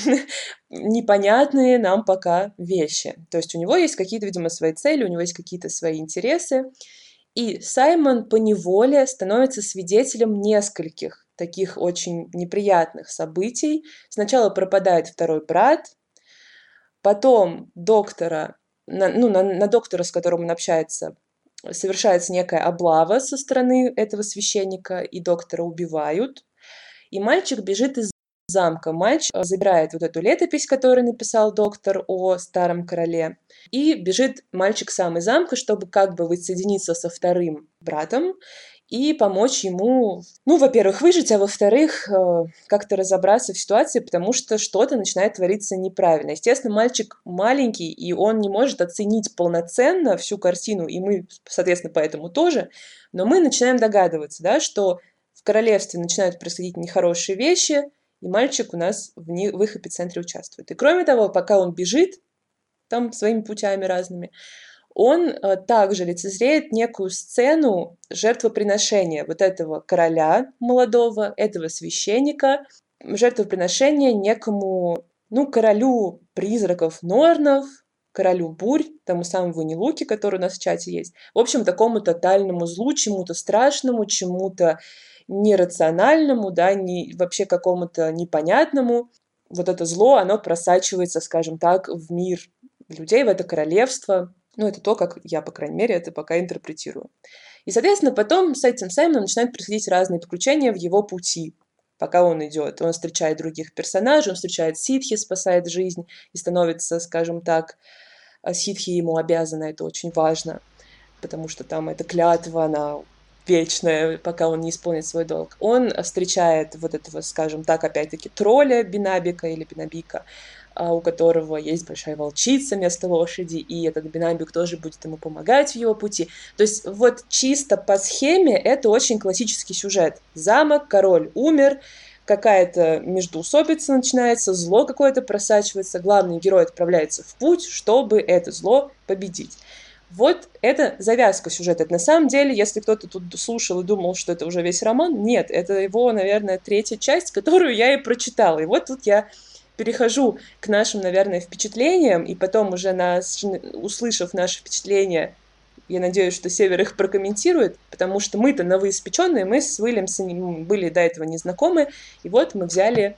непонятные нам пока вещи. То есть у него есть какие-то, видимо, свои цели, у него есть какие-то свои интересы, и Саймон поневоле становится свидетелем нескольких таких очень неприятных событий. Сначала пропадает второй брат, потом доктора, ну, на, на доктора, с которым он общается, совершается некая облава со стороны этого священника, и доктора убивают. И мальчик бежит из замка. Мальчик забирает вот эту летопись, которую написал доктор о старом короле, и бежит мальчик сам из замка, чтобы как бы воссоединиться со вторым братом и помочь ему, ну, во-первых, выжить, а во-вторых, как-то разобраться в ситуации, потому что что-то начинает твориться неправильно. Естественно, мальчик маленький, и он не может оценить полноценно всю картину, и мы, соответственно, поэтому тоже, но мы начинаем догадываться, да, что в королевстве начинают происходить нехорошие вещи, и мальчик у нас в, них, в их эпицентре участвует. И кроме того, пока он бежит, там своими путями разными, он а, также лицезреет некую сцену жертвоприношения вот этого короля молодого, этого священника, жертвоприношения некому, ну, королю призраков Норнов, королю бурь, тому самому Нилуки, который у нас в чате есть. В общем, такому тотальному злу, чему-то страшному, чему-то нерациональному, да, не, вообще какому-то непонятному. Вот это зло, оно просачивается, скажем так, в мир людей, в это королевство. Ну, это то, как я, по крайней мере, это пока интерпретирую. И, соответственно, потом с этим Саймоном начинают происходить разные приключения в его пути, пока он идет. Он встречает других персонажей, он встречает ситхи, спасает жизнь и становится, скажем так, ситхи ему обязаны, это очень важно, потому что там эта клятва, она вечная, пока он не исполнит свой долг. Он встречает вот этого, скажем так, опять-таки, тролля Бинабика или Бинабика, у которого есть большая волчица вместо лошади, и этот Бинабик тоже будет ему помогать в его пути. То есть вот чисто по схеме это очень классический сюжет. Замок, король умер, какая-то междоусобица начинается, зло какое-то просачивается, главный герой отправляется в путь, чтобы это зло победить. Вот это завязка сюжета. Это на самом деле, если кто-то тут слушал и думал, что это уже весь роман, нет, это его, наверное, третья часть, которую я и прочитала. И вот тут я перехожу к нашим, наверное, впечатлениям, и потом уже, нас, услышав наши впечатления, я надеюсь, что Север их прокомментирует, потому что мы-то новоиспеченные, мы с Уильямсом были до этого незнакомы, и вот мы взяли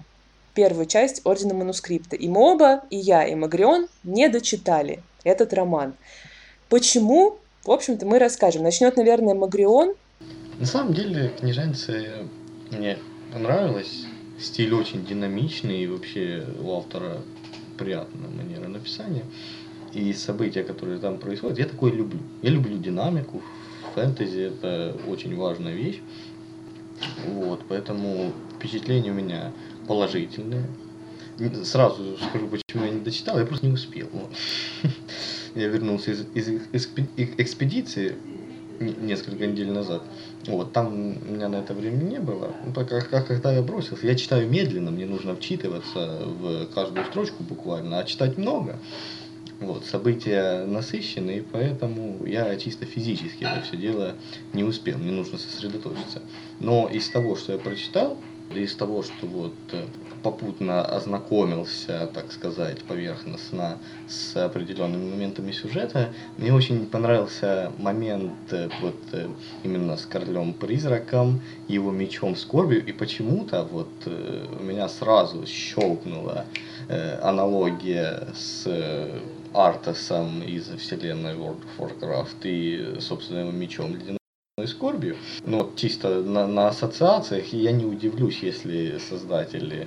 первую часть Ордена Манускрипта. И мы оба, и я, и Магрион, не дочитали этот роман. Почему? В общем-то, мы расскажем. Начнет, наверное, Магрион. На самом деле, книженцы мне понравилось. Стиль очень динамичный, и вообще у автора приятная манера написания. И события, которые там происходят, я такое люблю. Я люблю динамику. Фэнтези — это очень важная вещь. Вот, поэтому впечатления у меня положительные. Сразу скажу, почему я не дочитал, я просто не успел. Вот. Я вернулся из, из экспедиции несколько недель назад. Вот, там у меня на это времени не было. Как, как, когда я бросился, я читаю медленно, мне нужно вчитываться в каждую строчку буквально, а читать много. Вот, события насыщенные, поэтому я чисто физически это все дело не успел, мне нужно сосредоточиться. Но из того, что я прочитал, из того, что вот попутно ознакомился, так сказать, поверхностно с определенными моментами сюжета, мне очень понравился момент вот именно с королем-призраком, его мечом скорбью, и почему-то вот у меня сразу щелкнула аналогия с Артасом из вселенной World of Warcraft и, собственно, его мечом ледяной скорбью. Но чисто на, на ассоциациях я не удивлюсь, если создатели,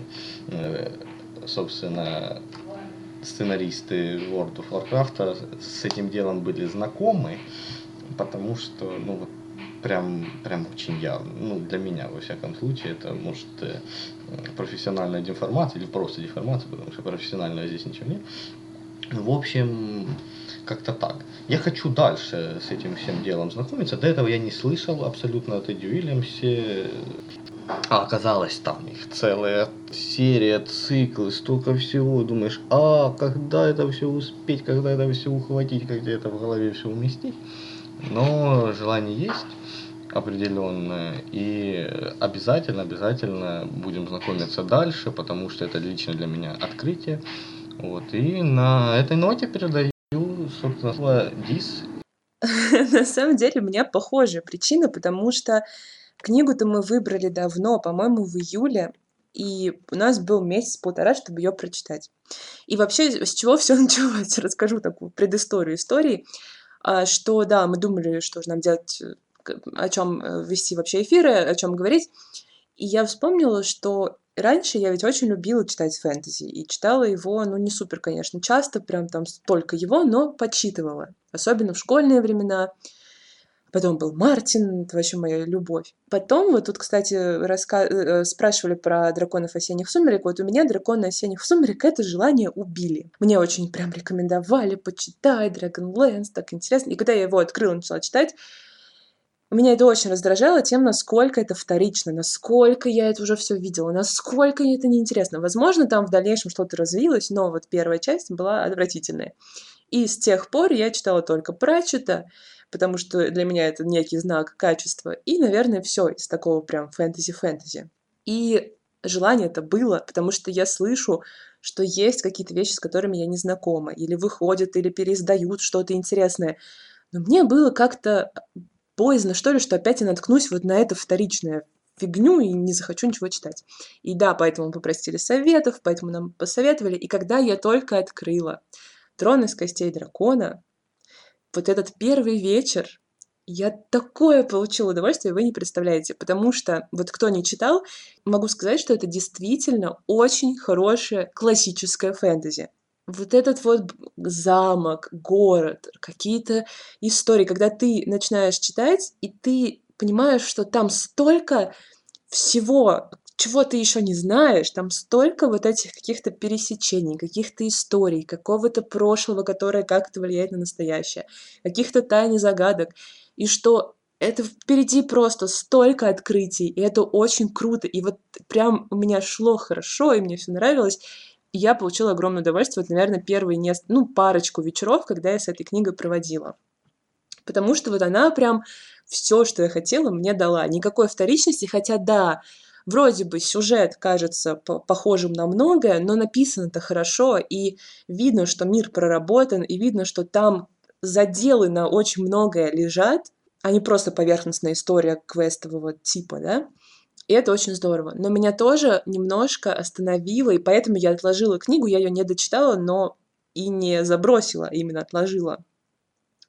собственно, сценаристы World of Warcraft с этим делом были знакомы, потому что, ну, вот прям, прям очень явно, ну, для меня, во всяком случае, это, может, профессиональная деформация или просто деформация, потому что профессионального здесь ничего нет. В общем, как-то так. Я хочу дальше с этим всем делом знакомиться. До этого я не слышал абсолютно о Тедди Уильямсе. А оказалось, там их целая серия, циклы, столько всего. Думаешь, а когда это все успеть, когда это все ухватить, как это в голове все уместить. Но желание есть определенное. И обязательно, обязательно будем знакомиться дальше, потому что это лично для меня открытие. Вот, и на этой ноте передаю, собственно, слово Дис. На самом деле у меня похожая причина, потому что книгу-то мы выбрали давно, по-моему, в июле, и у нас был месяц-полтора, чтобы ее прочитать. И вообще, с чего все началось? Расскажу такую предысторию истории, что, да, мы думали, что же нам делать, о чем вести вообще эфиры, о чем говорить, и я вспомнила, что раньше я ведь очень любила читать фэнтези, и читала его, ну, не супер, конечно, часто, прям там столько его, но подчитывала, особенно в школьные времена. Потом был Мартин, это вообще моя любовь. Потом, вот тут, кстати, раска... спрашивали про драконов осенних сумерек, вот у меня драконы осенних сумерек это желание убили. Мне очень прям рекомендовали почитать Dragonlance, так интересно. И когда я его открыла, начала читать, меня это очень раздражало тем, насколько это вторично, насколько я это уже все видела, насколько это неинтересно. Возможно, там в дальнейшем что-то развилось, но вот первая часть была отвратительная. И с тех пор я читала только Пратчета, потому что для меня это некий знак качества. И, наверное, все из такого прям фэнтези-фэнтези. И желание это было, потому что я слышу, что есть какие-то вещи, с которыми я не знакома, или выходят, или переиздают что-то интересное. Но мне было как-то боязно, что ли, что опять я наткнусь вот на это вторичное фигню и не захочу ничего читать. И да, поэтому мы попросили советов, поэтому нам посоветовали. И когда я только открыла «Трон из костей дракона», вот этот первый вечер, я такое получила удовольствие, вы не представляете, потому что, вот кто не читал, могу сказать, что это действительно очень хорошее классическое фэнтези. Вот этот вот замок, город, какие-то истории, когда ты начинаешь читать, и ты понимаешь, что там столько всего, чего ты еще не знаешь, там столько вот этих каких-то пересечений, каких-то историй, какого-то прошлого, которое как-то влияет на настоящее, каких-то тайн и загадок, и что это впереди просто столько открытий, и это очень круто, и вот прям у меня шло хорошо, и мне все нравилось, и я получила огромное удовольствие, вот, наверное, первые, не... ну, парочку вечеров, когда я с этой книгой проводила. Потому что вот она прям все, что я хотела, мне дала. Никакой вторичности, хотя да, вроде бы сюжет кажется похожим на многое, но написано-то хорошо, и видно, что мир проработан, и видно, что там заделы на очень многое лежат, а не просто поверхностная история квестового типа, да? И это очень здорово. Но меня тоже немножко остановило, и поэтому я отложила книгу, я ее не дочитала, но и не забросила, а именно отложила.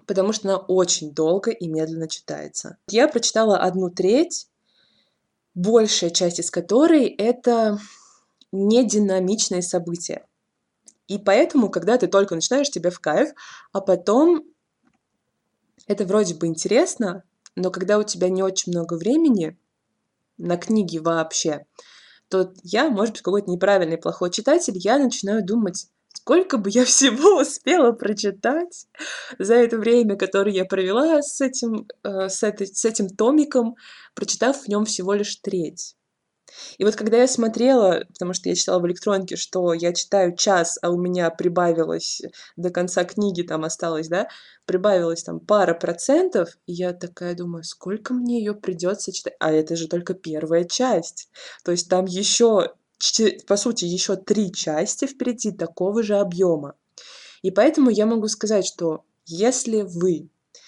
потому что она очень долго и медленно читается. Я прочитала одну треть, большая часть из которой — это нединамичные события. И поэтому, когда ты только начинаешь, тебе в кайф, а потом это вроде бы интересно, но когда у тебя не очень много времени на книги вообще, то я, может быть, какой-то неправильный, плохой читатель, я начинаю думать, сколько бы я всего успела прочитать за это время, которое я провела с этим, э, с этой, с этим томиком, прочитав в нем всего лишь треть. И вот когда я смотрела, потому что я читала в электронке, что я читаю час, а у меня прибавилось до конца книги, там осталось, да, прибавилось там пара процентов, и я такая думаю, сколько мне ее придется читать? А это же только первая часть. То есть там еще, по сути, еще три части впереди такого же объема. И поэтому я могу сказать, что если вы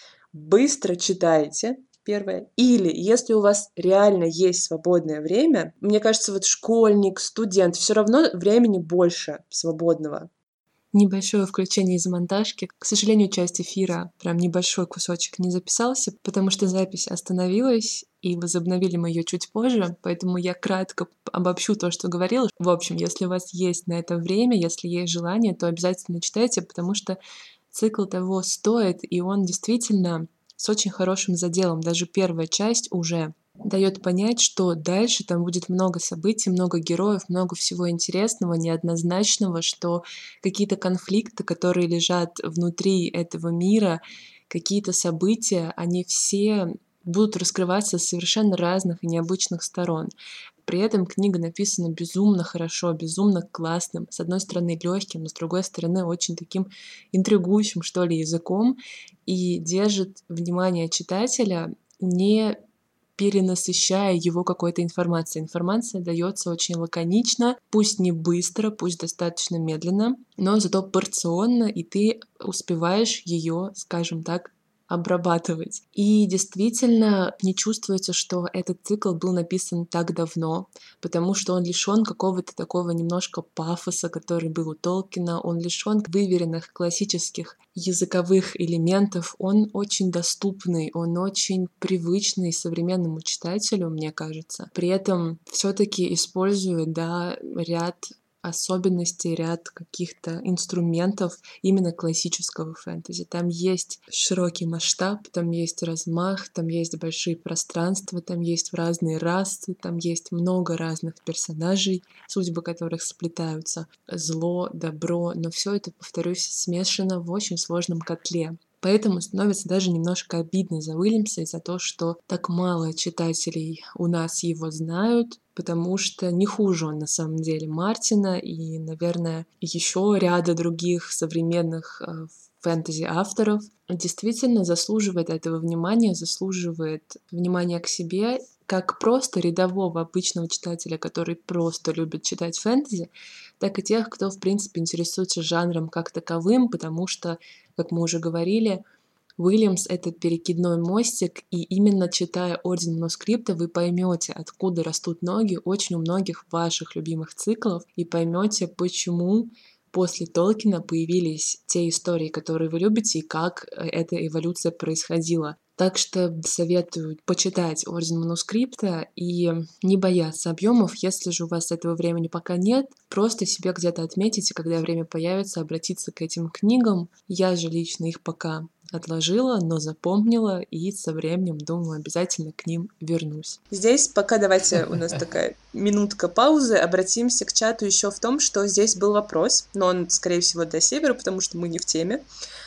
быстро читаете, первое. Или если у вас реально есть свободное время, мне кажется, вот школьник, студент, все равно времени больше свободного. Небольшое включение из монтажки. К сожалению, часть эфира, прям небольшой кусочек не записался, потому что запись остановилась, и возобновили мы ее чуть позже, поэтому я кратко обобщу то, что говорила. В общем, если у вас есть на это время, если есть желание, то обязательно читайте, потому что цикл того стоит, и он действительно с очень хорошим заделом. Даже первая часть уже дает понять, что дальше там будет много событий, много героев, много всего интересного, неоднозначного, что какие-то конфликты, которые лежат внутри этого мира, какие-то события, они все будут раскрываться с совершенно разных и необычных сторон. При этом книга написана безумно хорошо, безумно классным, с одной стороны легким, но с другой стороны очень таким интригующим, что ли, языком, и держит внимание читателя, не перенасыщая его какой-то информацией. Информация дается очень лаконично, пусть не быстро, пусть достаточно медленно, но зато порционно, и ты успеваешь ее, скажем так, обрабатывать. И действительно не чувствуется, что этот цикл был написан так давно, потому что он лишён какого-то такого немножко пафоса, который был у Толкина, он лишён выверенных классических языковых элементов, он очень доступный, он очень привычный современному читателю, мне кажется. При этом всё-таки использует, да, ряд особенностей, ряд каких-то инструментов именно классического фэнтези. Там есть широкий масштаб, там есть размах, там есть большие пространства, там есть разные расы, там есть много разных персонажей, судьбы которых сплетаются. Зло, добро, но все это, повторюсь, смешано в очень сложном котле. Поэтому становится даже немножко обидно за Уильямса и за то, что так мало читателей у нас его знают, потому что не хуже он на самом деле Мартина и, наверное, еще ряда других современных э, фэнтези-авторов. Действительно заслуживает этого внимания, заслуживает внимания к себе, как просто рядового обычного читателя, который просто любит читать фэнтези, так и тех, кто, в принципе, интересуется жанром как таковым, потому что, как мы уже говорили, Уильямс — это перекидной мостик, и именно читая «Орден Манускрипта» вы поймете, откуда растут ноги очень у многих ваших любимых циклов, и поймете, почему после Толкина появились те истории, которые вы любите, и как эта эволюция происходила. Так что советую почитать «Орден Манускрипта» и не бояться объемов. Если же у вас этого времени пока нет, просто себе где-то отметите, когда время появится, обратиться к этим книгам. Я же лично их пока отложила, но запомнила, и со временем, думаю, обязательно к ним вернусь. Здесь пока давайте, у нас такая минутка паузы, обратимся к чату еще в том, что здесь был вопрос, но он, скорее всего, для Севера, потому что мы не в теме.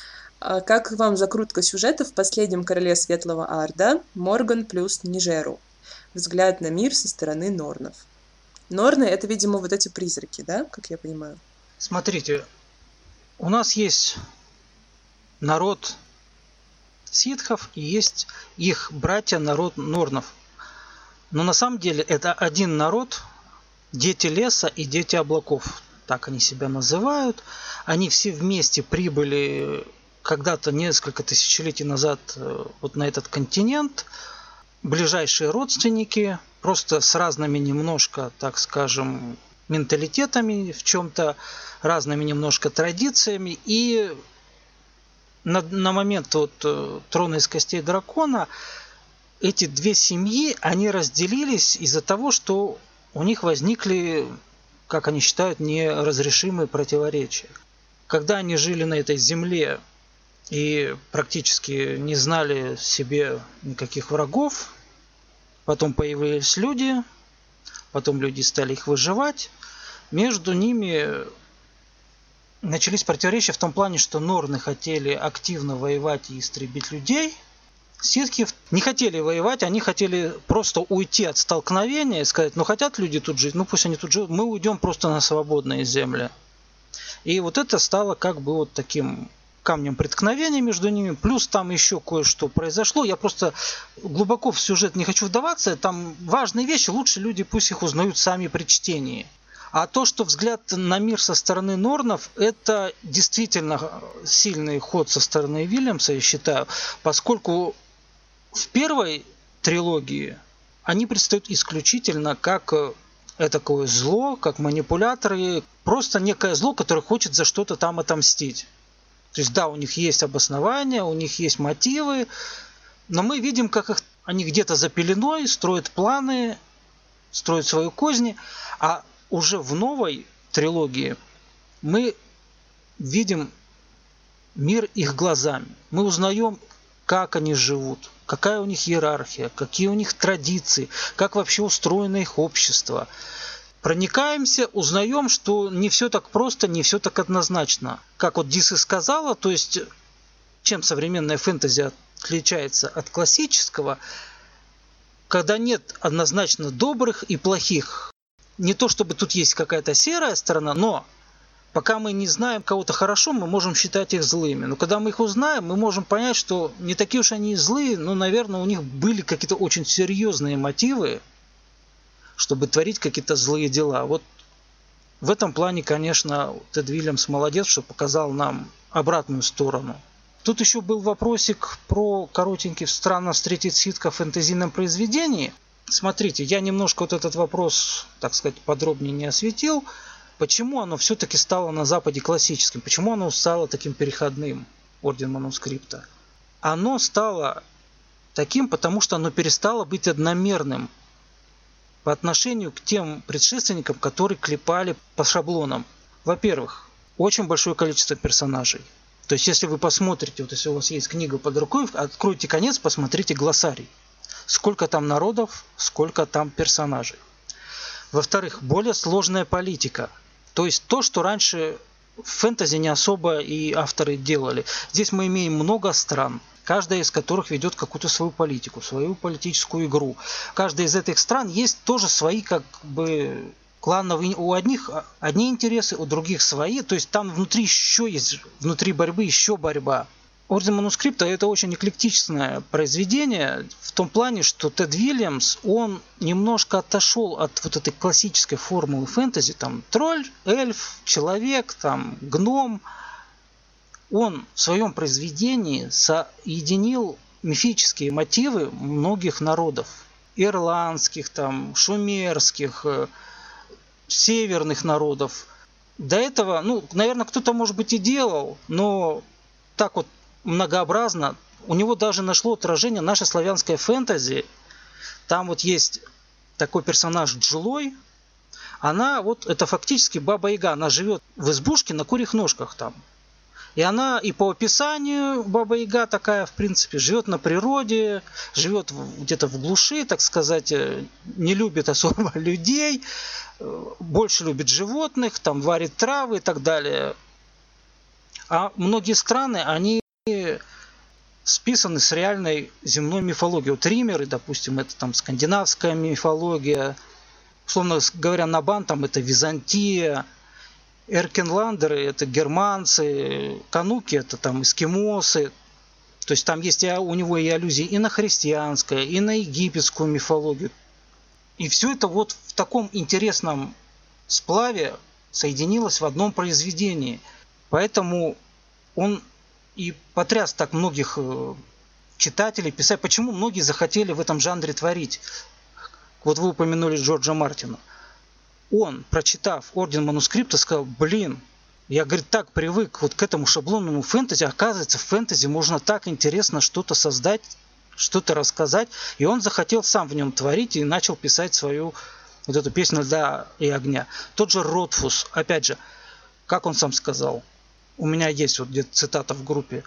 Как вам закрутка сюжета в «Последнем короле Светлого Арда» Морган плюс Нижеру? Взгляд на мир со стороны Норнов. Норны — это, видимо, вот эти призраки, да, как я понимаю? Смотрите, у нас есть народ ситхов и есть их братья, народ Норнов. Но на самом деле это один народ, дети леса и дети облаков. Так они себя называют. Они все вместе прибыли когда-то несколько тысячелетий назад вот на этот континент. Ближайшие родственники, просто с разными немножко, так скажем, менталитетами, в чем-то разными немножко традициями. И на, на момент вот, «Трона из костей дракона» эти две семьи, они разделились из-за того, что у них возникли, как они считают, неразрешимые противоречия. Когда они жили на этой земле и практически не знали себе никаких врагов, потом появились люди, потом люди стали их выживать, между ними начались противоречия в том плане, что норны хотели активно воевать и истребить людей. Ситхи не хотели воевать, они хотели просто уйти от столкновения и сказать, ну хотят люди тут жить, ну пусть они тут живут, мы уйдем просто на свободные земли. И вот это стало как бы вот таким камнем преткновения между ними. Плюс там еще кое-что произошло. Я просто глубоко в сюжет не хочу вдаваться. Там важные вещи, лучше люди пусть их узнают сами при чтении. А то, что взгляд на мир со стороны норнов, это действительно сильный ход со стороны Вильямса, я считаю, поскольку в первой трилогии они предстают исключительно как такое зло, как манипуляторы, просто некое зло, которое хочет за что-то там отомстить. То есть да, у них есть обоснования, у них есть мотивы, но мы видим, как их, они где-то за пеленой строят планы, строят свои козни, а уже в новой трилогии мы видим мир их глазами. Мы узнаем, как они живут, какая у них иерархия, какие у них традиции, как вообще устроено их общество. Проникаемся, узнаем, что не все так просто, не все так однозначно. Как вот Дис и сказала, то есть чем современная фэнтези отличается от классического, когда нет однозначно добрых и плохих. Не то чтобы тут есть какая-то серая сторона, но пока мы не знаем кого-то хорошо, мы можем считать их злыми. Но когда мы их узнаем, мы можем понять, что не такие уж они и злые, но, наверное, у них были какие-то очень серьезные мотивы, чтобы творить какие-то злые дела. Вот в этом плане, конечно, Тед Вильямс молодец, что показал нам обратную сторону. Тут еще был вопросик про коротенький «Странно встретить ситха в фэнтезийном произведении». Смотрите, я немножко вот этот вопрос, так сказать, подробнее не осветил. Почему оно все-таки стало на Западе классическим? Почему оно стало таким переходным, Орден Манускрипта? Оно стало таким, потому что оно перестало быть одномерным по отношению к тем предшественникам, которые клепали по шаблонам. Во-первых, очень большое количество персонажей. То есть, если вы посмотрите, вот если у вас есть книга под рукой, откройте конец, посмотрите глоссарий. Сколько там народов, сколько там персонажей. Во-вторых, более сложная политика. То есть то, что раньше в фэнтези не особо и авторы делали. Здесь мы имеем много стран, каждая из которых ведет какую-то свою политику, свою политическую игру. Каждая из этих стран есть тоже свои как бы клановые. У одних одни интересы, у других свои. То есть там внутри еще есть, внутри борьбы еще борьба. Орден Манускрипта — это очень эклектичное произведение в том плане, что Тед Вильямс, он немножко отошел от вот этой классической формулы фэнтези, там тролль, эльф, человек, там гном. Он в своем произведении соединил мифические мотивы многих народов. Ирландских, там, шумерских, северных народов. До этого, ну, наверное, кто-то, может быть, и делал, но так вот многообразно. У него даже нашло отражение наше славянское фэнтези. Там вот есть такой персонаж Джилой. Она вот, это фактически Баба-Яга. Она живет в избушке на курьих ножках там. И она и по описанию Баба-Яга такая, в принципе, живет на природе, живет где-то в глуши, так сказать, не любит особо людей, больше любит животных, там варит травы и так далее. А многие страны, они списаны с реальной земной мифологией. Вот римеры, допустим, это там скандинавская мифология. Условно говоря, Набан там это Византия. Эркенландеры это германцы. Кануки это там эскимосы. То есть там есть у него и аллюзии и на христианское, и на египетскую мифологию. И все это вот в таком интересном сплаве соединилось в одном произведении. Поэтому он и потряс так многих читателей, писать, почему многие захотели в этом жанре творить. Вот вы упомянули Джорджа Мартина. Он, прочитав Орден Манускрипта, сказал, блин, Я, говорит, так привык вот к этому шаблонному фэнтези. Оказывается, в фэнтези можно так интересно что-то создать, что-то рассказать. И он захотел сам в нем творить и начал писать свою вот эту песню «Льда и огня». Тот же Ротфус, опять же, как он сам сказал, у меня есть вот где-то цитата в группе,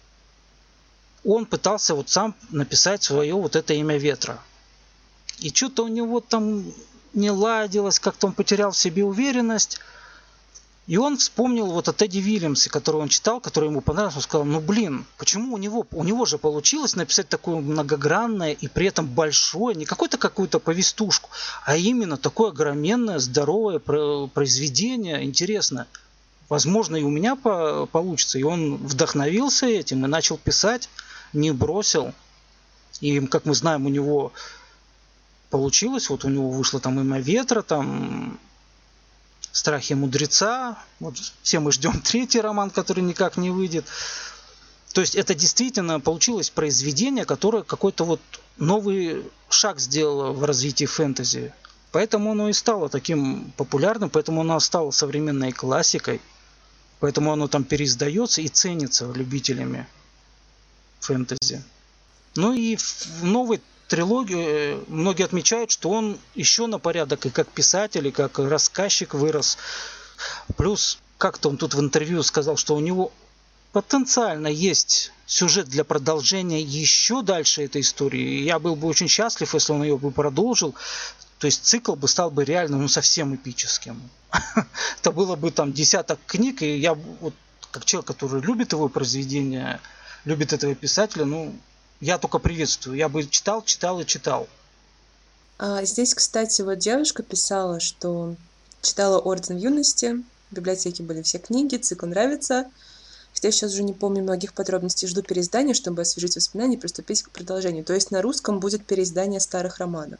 он пытался вот сам написать свое вот это «Имя ветра». И что-то у него там не ладилось, как-то он потерял в себе уверенность. И он вспомнил вот о Тедди Вильямсе, который он читал, который ему понравился. Он сказал, ну блин, почему у него, у него же получилось написать такое многогранное и при этом большое, не какую-то какую-то повестушку, а именно такое огроменное, здоровое произведение, интересное. Возможно, и у меня по- получится. И он вдохновился этим и начал писать, не бросил. И, как мы знаем, у него получилось. Вот у него вышло там «Имя ветра», там «Страхи мудреца». Вот все мы ждем третий роман, который никак не выйдет. То есть это действительно получилось произведение, которое какой-то вот новый шаг сделало в развитии фэнтези. Поэтому оно и стало таким популярным, поэтому оно стало современной классикой. Поэтому оно там переиздается и ценится любителями фэнтези. Ну и в новой трилогии многие отмечают, что он еще на порядок и как писатель, и как рассказчик вырос. Плюс как-то он тут в интервью сказал, что у него потенциально есть сюжет для продолжения еще дальше этой истории. Я был бы очень счастлив, если он ее бы продолжил. То есть цикл бы стал бы реально ну, совсем эпическим. Это было бы там десяток книг, и я вот как человек, который любит его произведения, любит этого писателя, ну, я только приветствую. Я бы читал, читал и читал. А здесь, кстати, вот девушка писала, что читала «Орден в юности», в библиотеке были все книги, цикл нравится. Хотя я сейчас уже не помню многих подробностей, жду переиздания, чтобы освежить воспоминания и приступить к продолжению. То есть на русском будет переиздание старых романов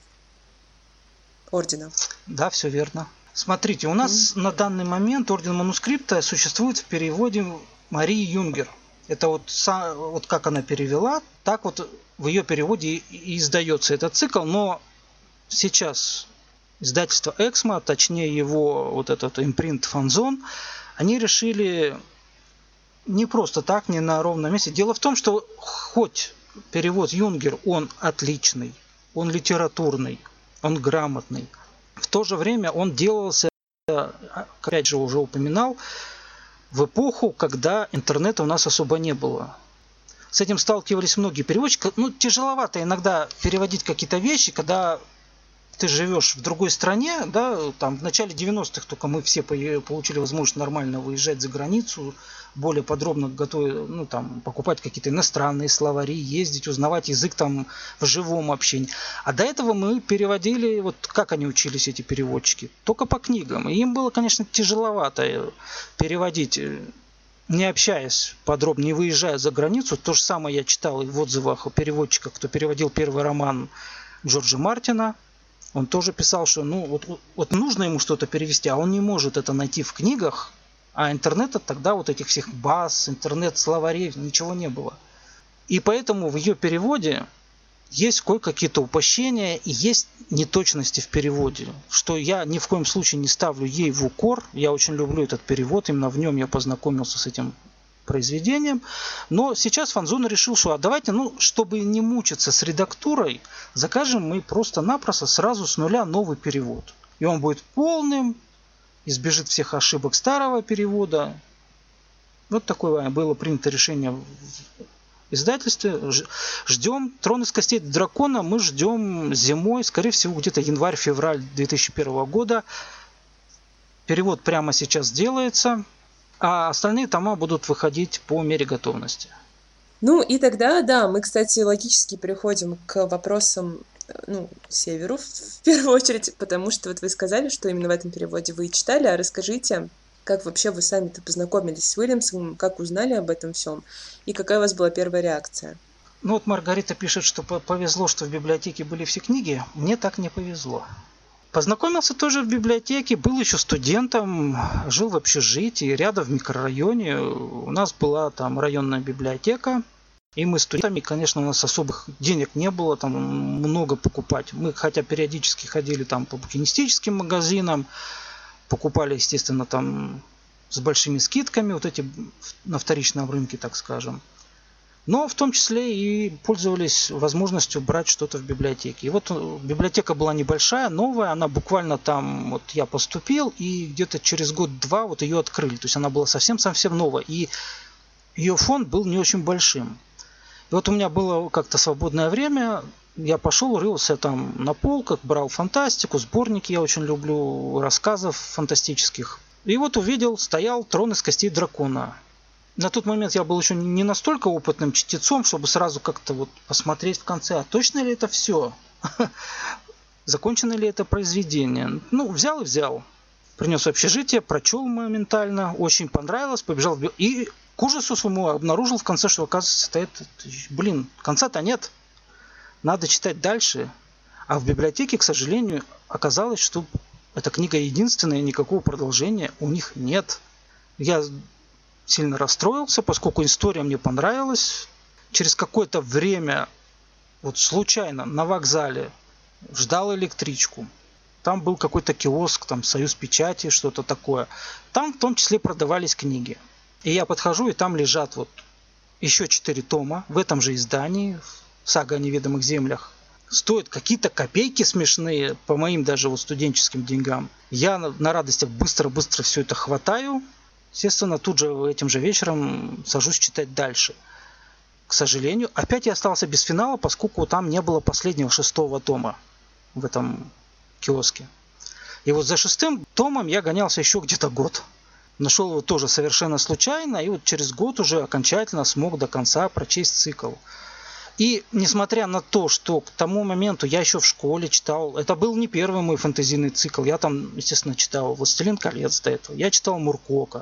Ордена. Да, все верно. Смотрите, у нас mm. на данный момент Орден манускрипта существует в переводе Марии Юнгер. Это вот, вот как она перевела, так вот в ее переводе и издается этот цикл. Но сейчас издательство Эксмо, точнее его вот этот импринт Фанзон, они решили не просто так, не на ровном месте. Дело в том, что хоть перевод Юнгер, он отличный, он литературный, он грамотный, в то же время он делался, опять же уже упоминал, в эпоху, когда интернета у нас особо не было. С этим сталкивались многие переводчики. Ну, тяжеловато иногда переводить какие-то вещи, когда ты живешь в другой стране, да, там в начале девяностых только мы все получили возможность нормально выезжать за границу, более подробно готовить, ну, там, покупать какие-то иностранные словари, ездить, узнавать язык там в живом общении. А до этого мы переводили, вот как они учились, эти переводчики, только по книгам. И им было, конечно, тяжеловато переводить, не общаясь подробно, не выезжая за границу. То же самое я читал и в отзывах о переводчиках, кто переводил первый роман Джорджа Мартина. Он тоже писал, что ну, вот, вот нужно ему что-то перевести, а он не может это найти в книгах, а интернета тогда вот этих всех баз, интернет-словарей, ничего не было. И поэтому в ее переводе есть кое-какие-то упущения и есть неточности в переводе, что я ни в коем случае не ставлю ей в укор. Я очень люблю этот перевод, именно в нем я познакомился с этим произведением. Но сейчас Фанзон решил, что а давайте, ну, чтобы не мучиться с редактурой, закажем мы просто-напросто сразу с нуля новый перевод. И он будет полным, избежит всех ошибок старого перевода. Вот такое было принято решение в издательстве. Ждем «Трон из костей дракона», мы ждем зимой, скорее всего, где-то январь-февраль две тысячи первого года. Перевод прямо сейчас делается. А остальные тома будут выходить по мере готовности. Ну и тогда, да, мы, кстати, логически переходим к вопросам, ну, Северу в первую очередь, потому что вот вы сказали, что именно в этом переводе вы и читали, а расскажите, как вообще вы сами-то познакомились с Уильямсом, как узнали об этом всем, и какая у вас была первая реакция? Ну вот Маргарита пишет, что повезло, что в библиотеке были все книги. Мне так не повезло. Познакомился тоже в библиотеке, был еще студентом, жил в общежитии, рядом в микрорайоне. У нас была там районная библиотека, и мы студентами, конечно, у нас особых денег не было там много покупать. Мы, хотя периодически ходили там по букинистическим магазинам, покупали, естественно, там с большими скидками, вот эти на вторичном рынке, так скажем. Но в том числе и пользовались возможностью брать что-то в библиотеке. И вот библиотека была небольшая, новая, она буквально там, вот я поступил, и где-то через год-два вот ее открыли. То есть она была совсем-совсем новая, и ее фонд был не очень большим. И вот у меня было как-то свободное время, я пошел, рылся там на полках, брал фантастику, сборники я очень люблю, рассказов фантастических. И вот увидел, стоял «Трон из костей дракона». На тот момент я был еще не настолько опытным чтецом, чтобы сразу как-то вот посмотреть в конце, а точно ли это все? Закончено ли это произведение? Ну, взял и взял. Принес в общежитие, прочел моментально, очень понравилось, побежал в... И к ужасу своему обнаружил в конце, что, оказывается, это, блин, конца-то нет. Надо читать дальше. А в библиотеке, к сожалению, оказалось, что эта книга единственная, никакого продолжения у них нет. Я сильно расстроился, поскольку история мне понравилась. Через какое-то время, вот случайно, на вокзале ждал электричку. Там был какой-то киоск, там Союз печати, что-то такое. Там в том числе продавались книги. И я подхожу, и там лежат вот еще четыре тома в этом же издании, «Сага о неведомых землях». Стоят какие-то копейки смешные, по моим даже вот студенческим деньгам. Я на, на радостях быстро-быстро все это хватаю. Естественно, тут же этим же вечером сажусь читать дальше. К сожалению, опять я остался без финала, поскольку там не было последнего шестого тома в этом киоске. И вот за шестым томом я гонялся еще где-то год. Нашел его тоже совершенно случайно, и вот через год уже окончательно смог до конца прочесть цикл. И несмотря на то, что к тому моменту я еще в школе читал, это был не первый мой фэнтезийный цикл, я там, естественно, читал «Властелин колец» до этого, я читал Муркока,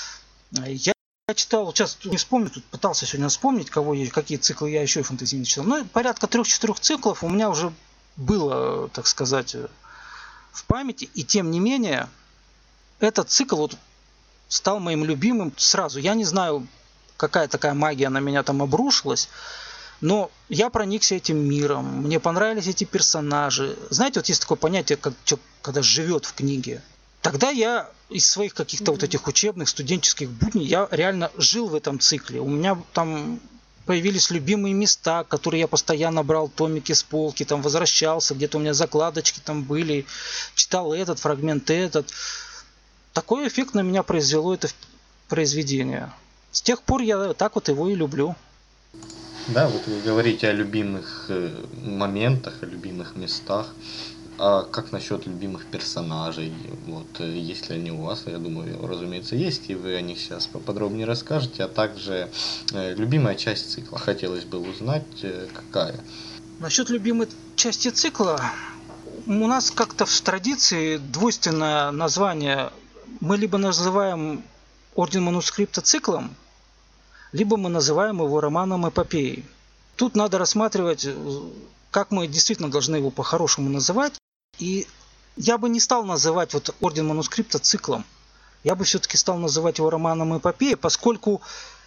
я читал, сейчас не вспомню, тут пытался сегодня вспомнить, кого, какие циклы я еще фэнтезийные читал, но порядка трех-четырех циклов у меня уже было, так сказать, в памяти, и тем не менее, этот цикл вот стал моим любимым сразу. Я не знаю, какая такая магия на меня там обрушилась, но я проникся этим миром, мне понравились эти персонажи. Знаете, вот есть такое понятие, как человек, когда живет в книге. Тогда я из своих каких-то mm-hmm. вот этих учебных, студенческих будней, я реально жил в этом цикле. У меня там появились любимые места, которые я постоянно брал, томики с полки, там возвращался, где-то у меня закладочки там были, читал этот фрагмент, этот. Такой эффект на меня произвело это произведение. С тех пор я так вот его и люблю. Да, вот вы говорите о любимых э, моментах, о любимых местах. А как насчет любимых персонажей? Вот, э, есть ли они у вас? Я думаю, разумеется, есть, и вы о них сейчас поподробнее расскажете. А также э, любимая часть цикла. Хотелось бы узнать, э, какая. Насчет любимой части цикла. У нас как-то в традиции двойственное название. Мы либо называем Орден Манускрипта циклом, либо мы называем его романом эпопеей. Тут надо рассматривать, как мы действительно должны его по-хорошему называть. И я бы не стал называть вот Орден Манускрипта циклом. Я бы все-таки стал называть его романом эпопеей, поскольку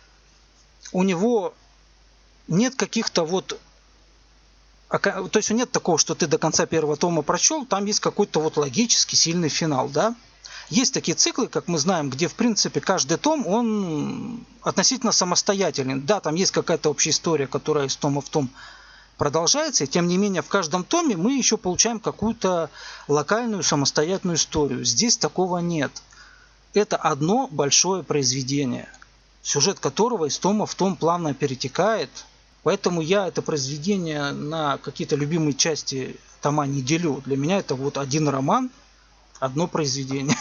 у него нет каких-то вот... То есть нет такого, что ты до конца первого тома прочел, там есть какой-то вот логический сильный финал, да? Есть такие циклы, как мы знаем, где, в принципе, каждый том, он относительно самостоятелен. Да, там есть какая-то общая история, которая из тома в том продолжается, и тем не менее в каждом томе мы еще получаем какую-то локальную самостоятельную историю. Здесь такого нет. Это одно большое произведение, сюжет которого из тома в том плавно перетекает. Поэтому я это произведение на какие-то любимые части тома не делю. Для меня это вот один роман, одно произведение.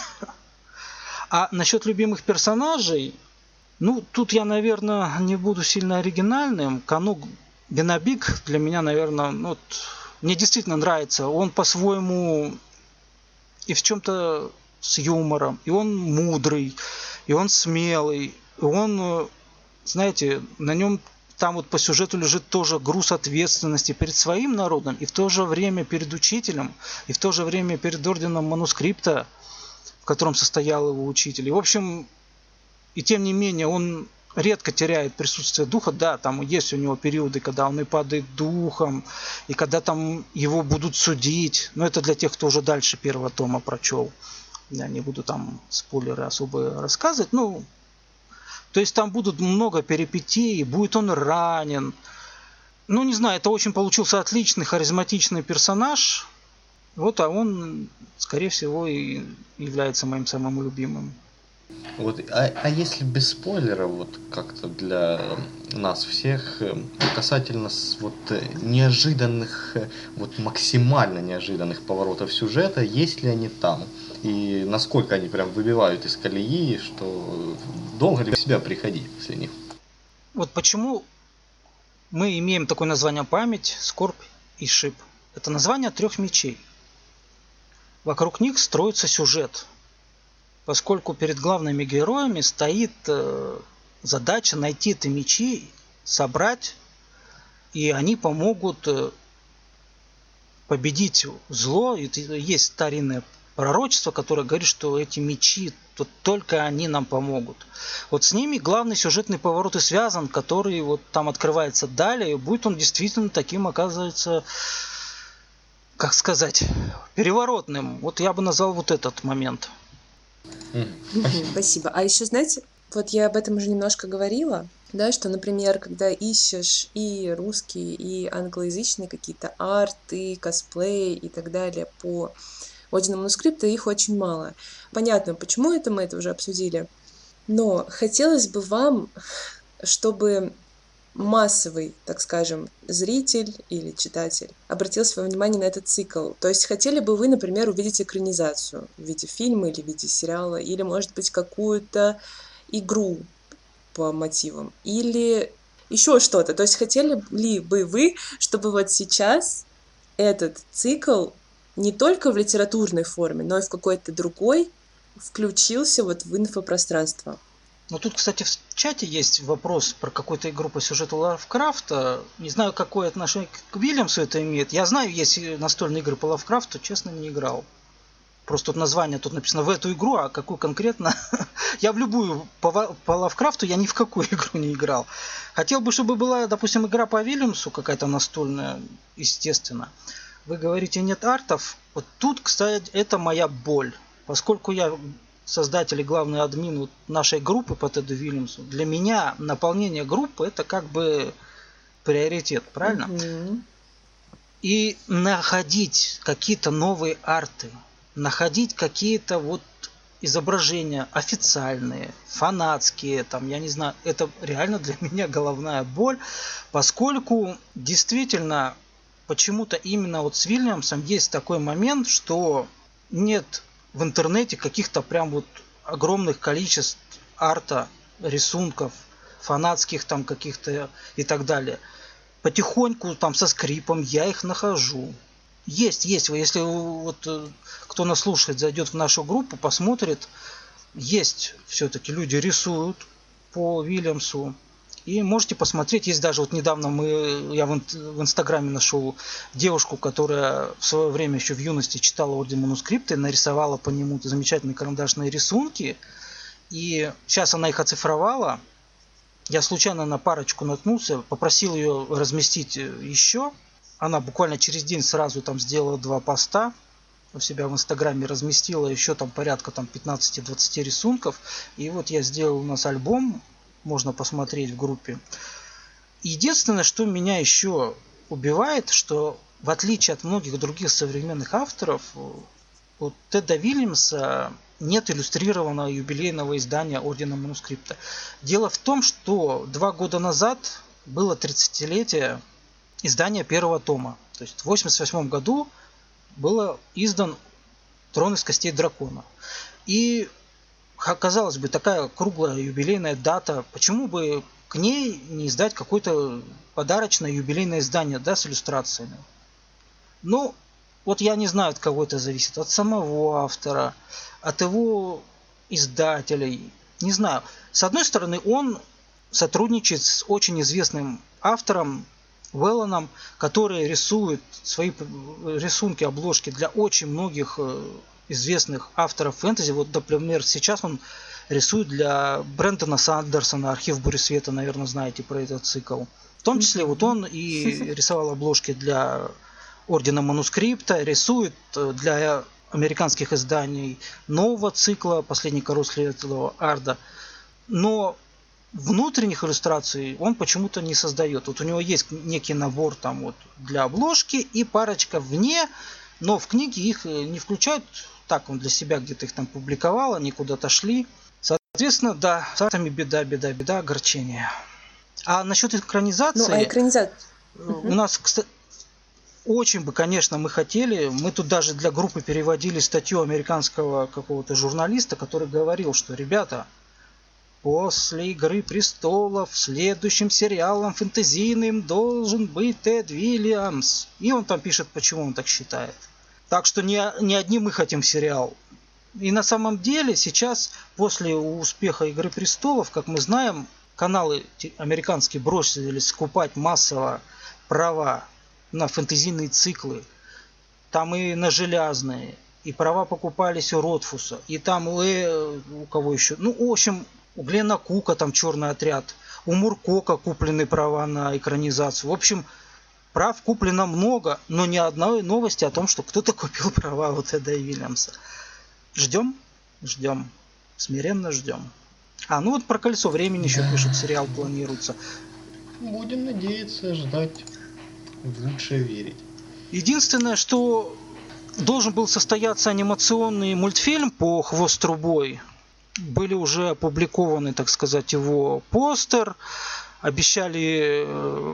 А насчет любимых персонажей, ну, тут я, наверное, не буду сильно оригинальным. Канук Бенабик для меня, наверное, ну, вот, мне действительно нравится. Он по-своему и в чем-то с юмором, и он мудрый, и он смелый, и он, знаете, на нем там вот по сюжету лежит тоже груз ответственности перед своим народом, и в то же время перед учителем, и в то же время перед орденом Манускрипта, в котором состоял его учитель. И, в общем, и тем не менее, он редко теряет присутствие духа. Да, там есть у него периоды, когда он и падает духом, и когда там его будут судить. Но это для тех, кто уже дальше первого тома прочел. Я не буду там спойлеры особо рассказывать. Ну, то есть там будут много перипетий, будет он ранен. Ну, не знаю, это очень получился отличный, харизматичный персонаж. Вот, а он, скорее всего, и является моим самым любимым. Вот, а, а если без спойлеров, вот как-то для нас всех, э, касательно с- вот э, неожиданных, э, вот максимально неожиданных поворотов сюжета, есть ли они там? И насколько они прям выбивают из колеи, что долго ли в себя приходить после них? Вот почему мы имеем такое название память, скорбь и шип. Это название трех мечей. Вокруг них строится сюжет. Поскольку перед главными героями стоит э, задача найти эти мечи, собрать, и они помогут э, победить зло. И есть старинное пророчество, которое говорит, что эти мечи, то только они нам помогут. Вот с ними главный сюжетный поворот и связан, который вот там открывается далее, и будет он действительно таким, оказывается, как сказать, переворотным. Вот я бы назвал вот этот момент. Мгм, спасибо. А еще, знаете, вот я об этом уже немножко говорила, да, что, например, когда ищешь и русские, и англоязычные какие-то арты, косплеи и так далее по Ордену Манускрипта, их очень мало. Понятно, почему это, мы это уже обсудили. Но хотелось бы вам, чтобы массовый, так скажем, зритель или читатель обратил свое внимание на этот цикл. То есть хотели бы вы, например, увидеть экранизацию в виде фильма или в виде сериала, или, может быть, какую-то игру по мотивам, или еще что-то. То есть хотели ли бы вы, чтобы вот сейчас этот цикл не только в литературной форме, но и в какой-то другой включился вот в инфопространство? Ну тут, кстати, в чате есть вопрос про какую-то игру по сюжету Лавкрафта. Не знаю, какое отношение к Вильямсу это имеет. Я знаю, есть настольные игры по Лавкрафту, честно, не играл. Просто тут название тут написано в эту игру, а какую конкретно? Я в любую по, по Лавкрафту, я ни в какую игру не играл. Хотел бы, чтобы была, допустим, игра по Вильямсу, какая-то настольная, естественно. Вы говорите, нет артов. Вот тут, кстати, это моя боль. Поскольку я создатель и главный админ вот нашей группы по Теду Вильямсу, для меня наполнение группы это как бы приоритет, правильно? Мгм. И находить какие-то новые арты, находить какие-то вот изображения официальные, фанатские, там, я не знаю, это реально для меня головная боль, поскольку действительно почему-то именно вот с Вильямсом есть такой момент, что нет в интернете каких-то прям вот огромных количеств арта, рисунков, фанатских там каких-то и так далее. Потихоньку там со скрипом я их нахожу. Есть, есть. Если вот кто нас слушает, зайдет в нашу группу, посмотрит, есть все-таки люди рисуют по Вильямсу. И можете посмотреть, есть даже вот недавно мы, я в, в инстаграме нашел девушку, которая в свое время еще в юности читала Орден Манускрипта и нарисовала по нему замечательные карандашные рисунки. И сейчас она их оцифровала. Я случайно на парочку наткнулся, попросил ее разместить еще. Она буквально через день сразу там сделала два поста у себя в инстаграме, разместила еще там порядка там пятнадцать-двадцать рисунков. И вот я сделал у нас альбом, можно посмотреть в группе. Единственное, что меня еще убивает, что в отличие от многих других современных авторов, у Теда Вильямса нет иллюстрированного юбилейного издания Ордена Манускрипта. Дело в том, что два года назад было тридцатилетие издания первого тома. То есть в восемьдесят восьмом году было издан «Трон из костей дракона». И, казалось бы, такая круглая юбилейная дата, почему бы к ней не издать какое-то подарочное юбилейное издание, да, с иллюстрациями? Ну, вот я не знаю, от кого это зависит, от самого автора, от его издателей, не знаю. С одной стороны, он сотрудничает с очень известным автором Велланом, который рисует свои рисунки, обложки для очень многих известных авторов фэнтези. Вот, например, сейчас он рисует для Брэндона Сандерсона «Архив Бури Света», наверное, знаете про этот цикл. В том числе вот он и рисовал обложки для Ордена Манускрипта, рисует для американских изданий нового цикла «Последний король Светлого Арда». Но внутренних иллюстраций он почему-то не создает. Вот у него есть некий набор там вот для обложки и парочка вне, но в книге их не включают. Так он для себя где-то их там публиковал, они куда-то шли. Соответственно, да, с артами беда, беда, беда, огорчение. А насчет экранизации... Ну, а экранизация... У нас, кстати, очень бы, конечно, мы хотели, мы тут даже для группы переводили статью американского какого-то журналиста, который говорил, что, ребята, после «Игры престолов» следующим сериалом фэнтезийным должен быть Тед Уильямс. И он там пишет, почему он так считает. Так что не, не одни мы хотим сериал. И на самом деле сейчас, после успеха «Игры престолов», как мы знаем, каналы американские бросились скупать массово права на фэнтезийные циклы. Там и на железные, и права покупались у Ротфуса, и там у, э, у кого еще, ну, в общем, у Глена Кука там «Черный отряд», у Муркока куплены права на экранизацию. В общем, прав куплено много, но ни одной новости о том, что кто-то купил права у Теда Уильямса. Ждем, ждем, смиренно ждем. А, ну вот про «Колесо времени» еще пишут, сериал планируется. Будем надеяться, ждать, в лучшее верить. Единственное, что должен был состояться анимационный мультфильм по «Хвост трубой». Были уже опубликованы, так сказать, его постер. Обещали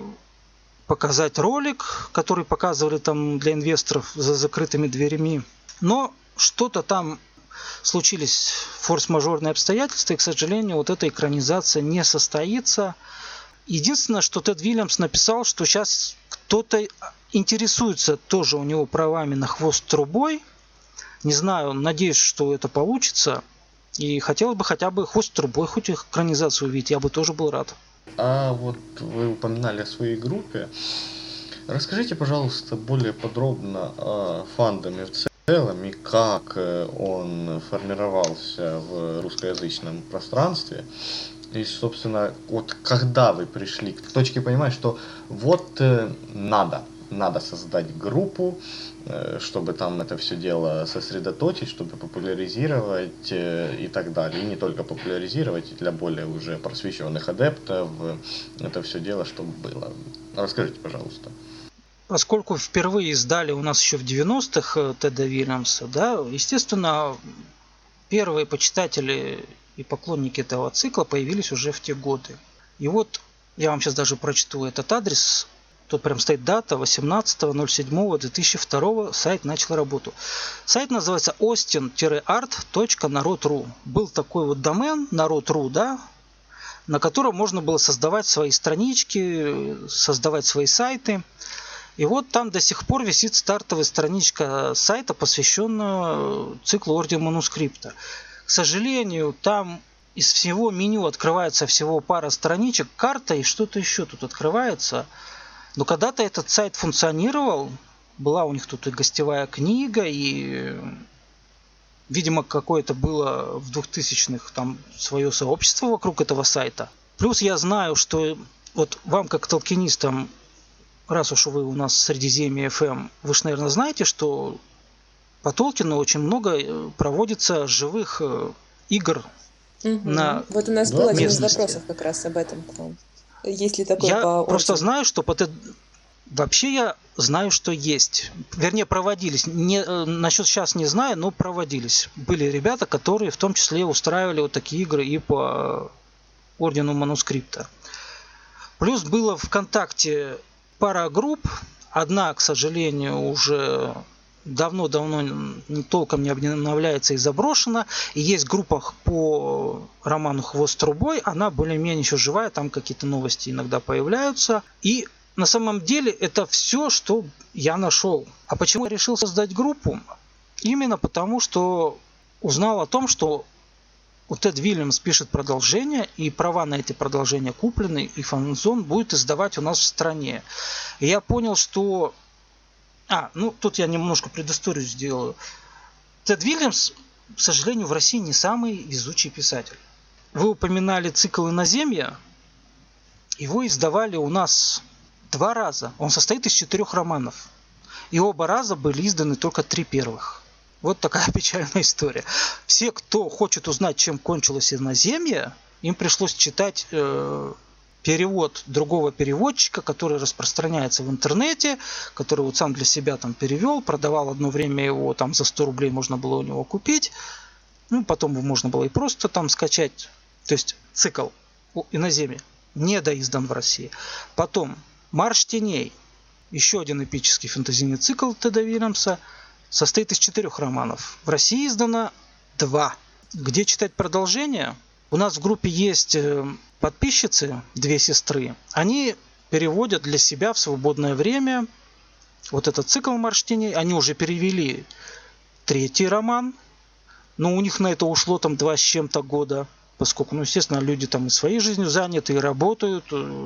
показать ролик, который показывали там для инвесторов за закрытыми дверями. Но что-то там случились форс-мажорные обстоятельства, и, к сожалению, вот эта экранизация не состоится. Единственное, что Тед Уильямс написал, что сейчас кто-то интересуется тоже у него правами на «Хвост трубой». Не знаю, надеюсь, что это получится. И хотелось бы хотя бы «Хвост трубой» хоть экранизацию увидеть, я бы тоже был рад. А вот вы упоминали о своей группе. Расскажите, пожалуйста, более подробно о фандоме в целом и как он формировался в русскоязычном пространстве. И, собственно, вот когда вы пришли к точке понимания, что вот э, надо, надо создать группу, э, чтобы там это все дело сосредоточить, чтобы популяризировать э, и так далее. И не только популяризировать, и для более уже просвещенных адептов э, это все дело, чтобы было. Расскажите, пожалуйста. Поскольку впервые издали у нас еще в девяностых Теда Уильямса, да, естественно, первые почитатели и поклонники этого цикла появились уже в те годы. И вот я вам сейчас даже прочту этот адрес. Тут прям стоит дата восемнадцатого ноль седьмого две тысячи второго. Сайт начал работу. Сайт называется остин арт точка народ точка ру. Был такой вот домен народ точка ру, да, на котором можно было создавать свои странички, создавать свои сайты. И вот там до сих пор висит стартовая страничка сайта, посвященная циклу Орден Манускрипта. К сожалению, там из всего меню открывается всего пара страничек, карта и что-то еще тут открывается. Но когда-то этот сайт функционировал, была у них тут и гостевая книга, и, видимо, какое-то было в двухтысячных там свое сообщество вокруг этого сайта. Плюс я знаю, что вот вам, как толкинистам, раз уж вы у нас в Средиземье эф эм, вы же, наверное, знаете, что по Толкину очень много проводится живых игр. Угу. На вот у нас да, был один местности. из вопросов как раз об этом. Есть ли такое я по просто Ордену? знаю, что по Т... вообще я знаю, что есть. Вернее, проводились. Не, насчет сейчас не знаю, но проводились. Были ребята, которые в том числе устраивали вот такие игры и по Ордену Манускрипта. Плюс было ВКонтакте пара групп. Одна, к сожалению, уже давно-давно толком не обновляется и заброшена. И есть группа по роману «Хвост трубой». Она более-менее еще живая. Там какие-то новости иногда появляются. И на самом деле это все, что я нашел. А почему я решил создать группу? Именно потому, что узнал о том, что Тед Уильямс пишет продолжение, и права на эти продолжения куплены, и Фанзон будет издавать у нас в стране. И я понял, что... А, ну тут я немножко предысторию сделаю. Тед Уильямс, к сожалению, в России не самый везучий писатель. Вы упоминали цикл «Иноземья». Его издавали у нас два раза. Он состоит из четырех романов. И оба раза были изданы только три первых. Вот такая печальная история. Все, кто хочет узнать, чем кончилось иноземье, им пришлось читать э, перевод другого переводчика, который распространяется в интернете, который вот сам для себя там перевел, продавал одно время его, там за сто рублей можно было у него купить. Ну, потом можно было и просто там скачать. То есть цикл иноземья недоиздан в России. Потом «Марш теней», еще один эпический фэнтезийный цикл Теда Вильямса, состоит из четырех романов. В России издано два. Где читать продолжение? У нас в группе есть подписчицы, две сестры. Они переводят для себя в свободное время вот этот цикл «Марш теней». Они уже перевели третий роман, но у них на это ушло там два с чем-то года, поскольку, ну, естественно, люди там и своей жизнью заняты, и работают,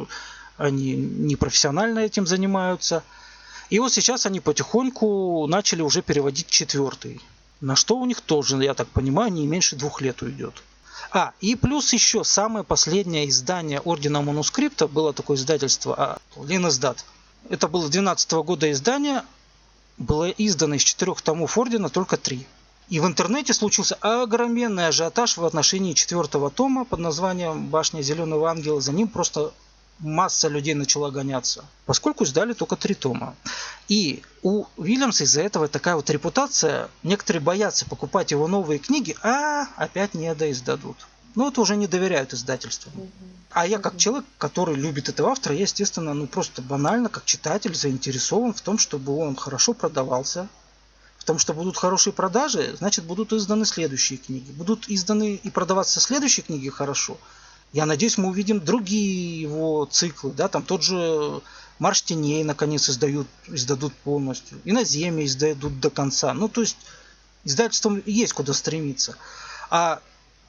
они не профессионально этим занимаются. И вот сейчас они потихоньку начали уже переводить четвертый. На что у них тоже, я так понимаю, не меньше двух лет уйдет. А, и плюс еще самое последнее издание Ордена Манускрипта, было такое издательство, а, Лениздат. Это было две тысячи двенадцатого года издание, было издано из четырех томов Ордена только три. И в интернете случился огроменный ажиотаж в отношении четвертого тома под названием «Башня Зеленого Ангела». За ним просто масса людей начала гоняться, поскольку издали только три тома. И у Вильямса из-за этого такая вот репутация. Некоторые боятся покупать его новые книги, а опять не доиздадут. Ну, это уже не доверяют издательству. А я, как человек, который любит этого автора, я, естественно, ну просто банально, как читатель, заинтересован в том, чтобы он хорошо продавался. В том, что будут хорошие продажи, значит, будут изданы следующие книги. Будут изданы и продаваться следующие книги хорошо. Я надеюсь, мы увидим другие его циклы. Да? Там тот же «Марш теней» наконец издают, издадут полностью. «Иноземье» издадут до конца. Ну, то есть, издательством есть куда стремиться. А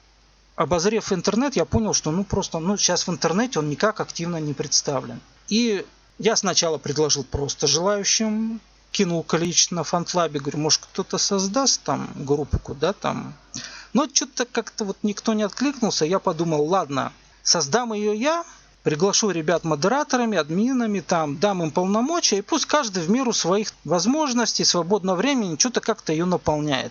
обозрев интернет, я понял, что ну просто ну, сейчас в интернете он никак активно не представлен. И я сначала предложил просто желающим, кинул количество на фантлабе, говорю, может кто-то создаст там группку, да, там. Но что-то как-то вот никто не откликнулся. Я подумал, ладно, создам ее я, приглашу ребят модераторами, админами, там, дам им полномочия, и пусть каждый в меру своих возможностей, свободного времени, что-то как-то ее наполняет.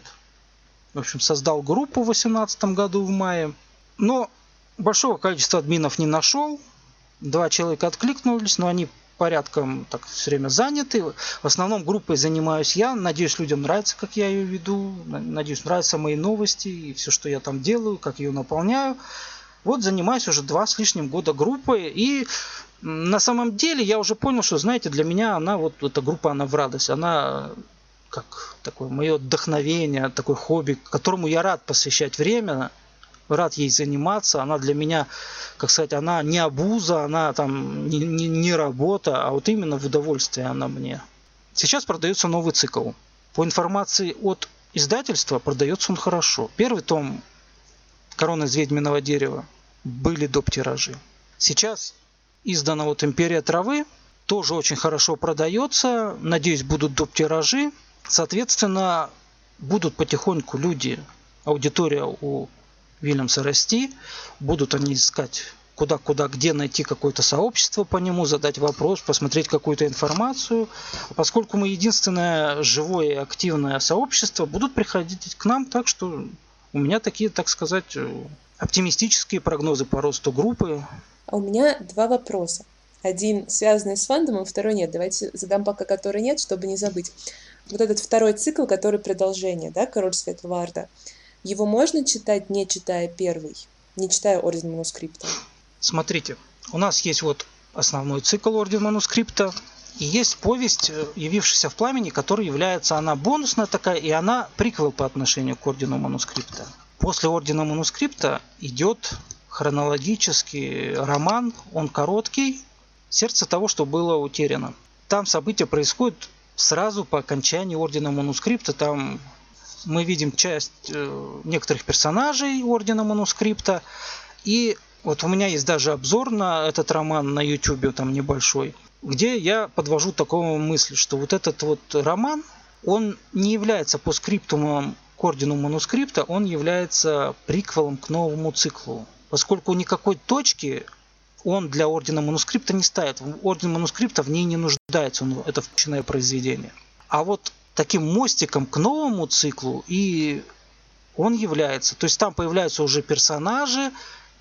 В общем, создал группу в две тысячи восемнадцатом году в мае, но большого количества админов не нашел. Два человека откликнулись, но они порядком так все время заняты. В основном группой занимаюсь я. Надеюсь, людям нравится, как я ее веду. Надеюсь, нравятся мои новости и все, что я там делаю, как ее наполняю. Вот занимаюсь уже два с лишним года группой. И на самом деле я уже понял, что, знаете, для меня она, вот эта группа, она в радость. Она как такое мое вдохновение, такое хобби, которому я рад посвящать время, рад ей заниматься. Она для меня, как сказать, она не обуза, она там не, не, не работа, а вот именно в удовольствие она мне. Сейчас продается новый цикл. По информации от издательства продается он хорошо. Первый том «Корона из ведьминого дерева» были доп. Тиражи. Сейчас издана вот «Империя травы», тоже очень хорошо продается. Надеюсь, будут доп. Тиражи. Соответственно, будут потихоньку люди, аудитория у Вильямса расти, будут они искать куда-куда, где найти какое-то сообщество по нему, задать вопрос, посмотреть какую-то информацию. Поскольку мы единственное живое и активное сообщество, будут приходить к нам, так что у меня такие, так сказать, оптимистические прогнозы по росту группы. А у меня два вопроса. Один связанный с фандомом, второй нет. Давайте задам пока который нет, чтобы не забыть. Вот этот второй цикл, который продолжение, да, «Король Светлого Арда», его можно читать, не читая первый, не читая Орден Манускрипта? Смотрите, у нас есть вот основной цикл Орден Манускрипта, и есть повесть, явившаяся в пламени, которая является, она бонусная такая, и она приквел по отношению к Ордену Манускрипта. После Ордена Манускрипта идет хронологический роман, он короткий, «Сердце того, что было утеряно». Там события происходят сразу по окончании Ордена Манускрипта. Там мы видим часть э, некоторых персонажей Ордена Манускрипта. И вот у меня есть даже обзор на этот роман на YouTube, там небольшой, где я подвожу такую мысль, что вот этот вот роман, он не является постскриптумом к Ордену Манускрипта, он является приквелом к новому циклу. Поскольку никакой точки он для Ордена Манускрипта не ставит. Орден Манускрипта в ней не нуждается, он, это впущенное произведение. А вот таким мостиком к новому циклу, и он является. То есть там появляются уже персонажи,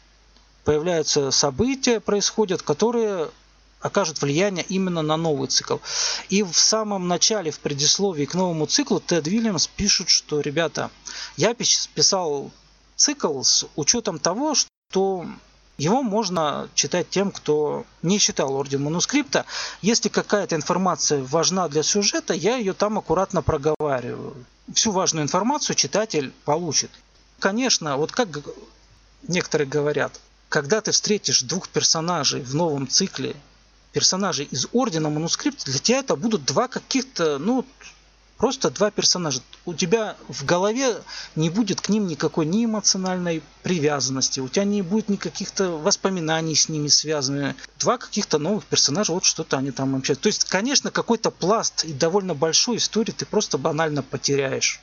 появляются события, происходят, которые окажут влияние именно на новый цикл. И в самом начале, в предисловии к новому циклу, Тед Уильямс пишет, что, ребята, я писал цикл с учетом того, что его можно читать тем, кто не читал Орден Манускрипта. Если какая-то информация важна для сюжета, я ее там аккуратно проговариваю. Всю важную информацию читатель получит. Конечно, вот как некоторые говорят, когда ты встретишь двух персонажей в новом цикле, персонажей из Ордена Манускрипта, для тебя это будут два каких-то, ну, просто два персонажа. У тебя в голове не будет к ним никакой ни эмоциональной привязанности, у тебя не будет никаких-то воспоминаний с ними связанных. Два каких-то новых персонажа, вот что-то они там общаются. То есть, конечно, какой-то пласт и довольно большой истории ты просто банально потеряешь.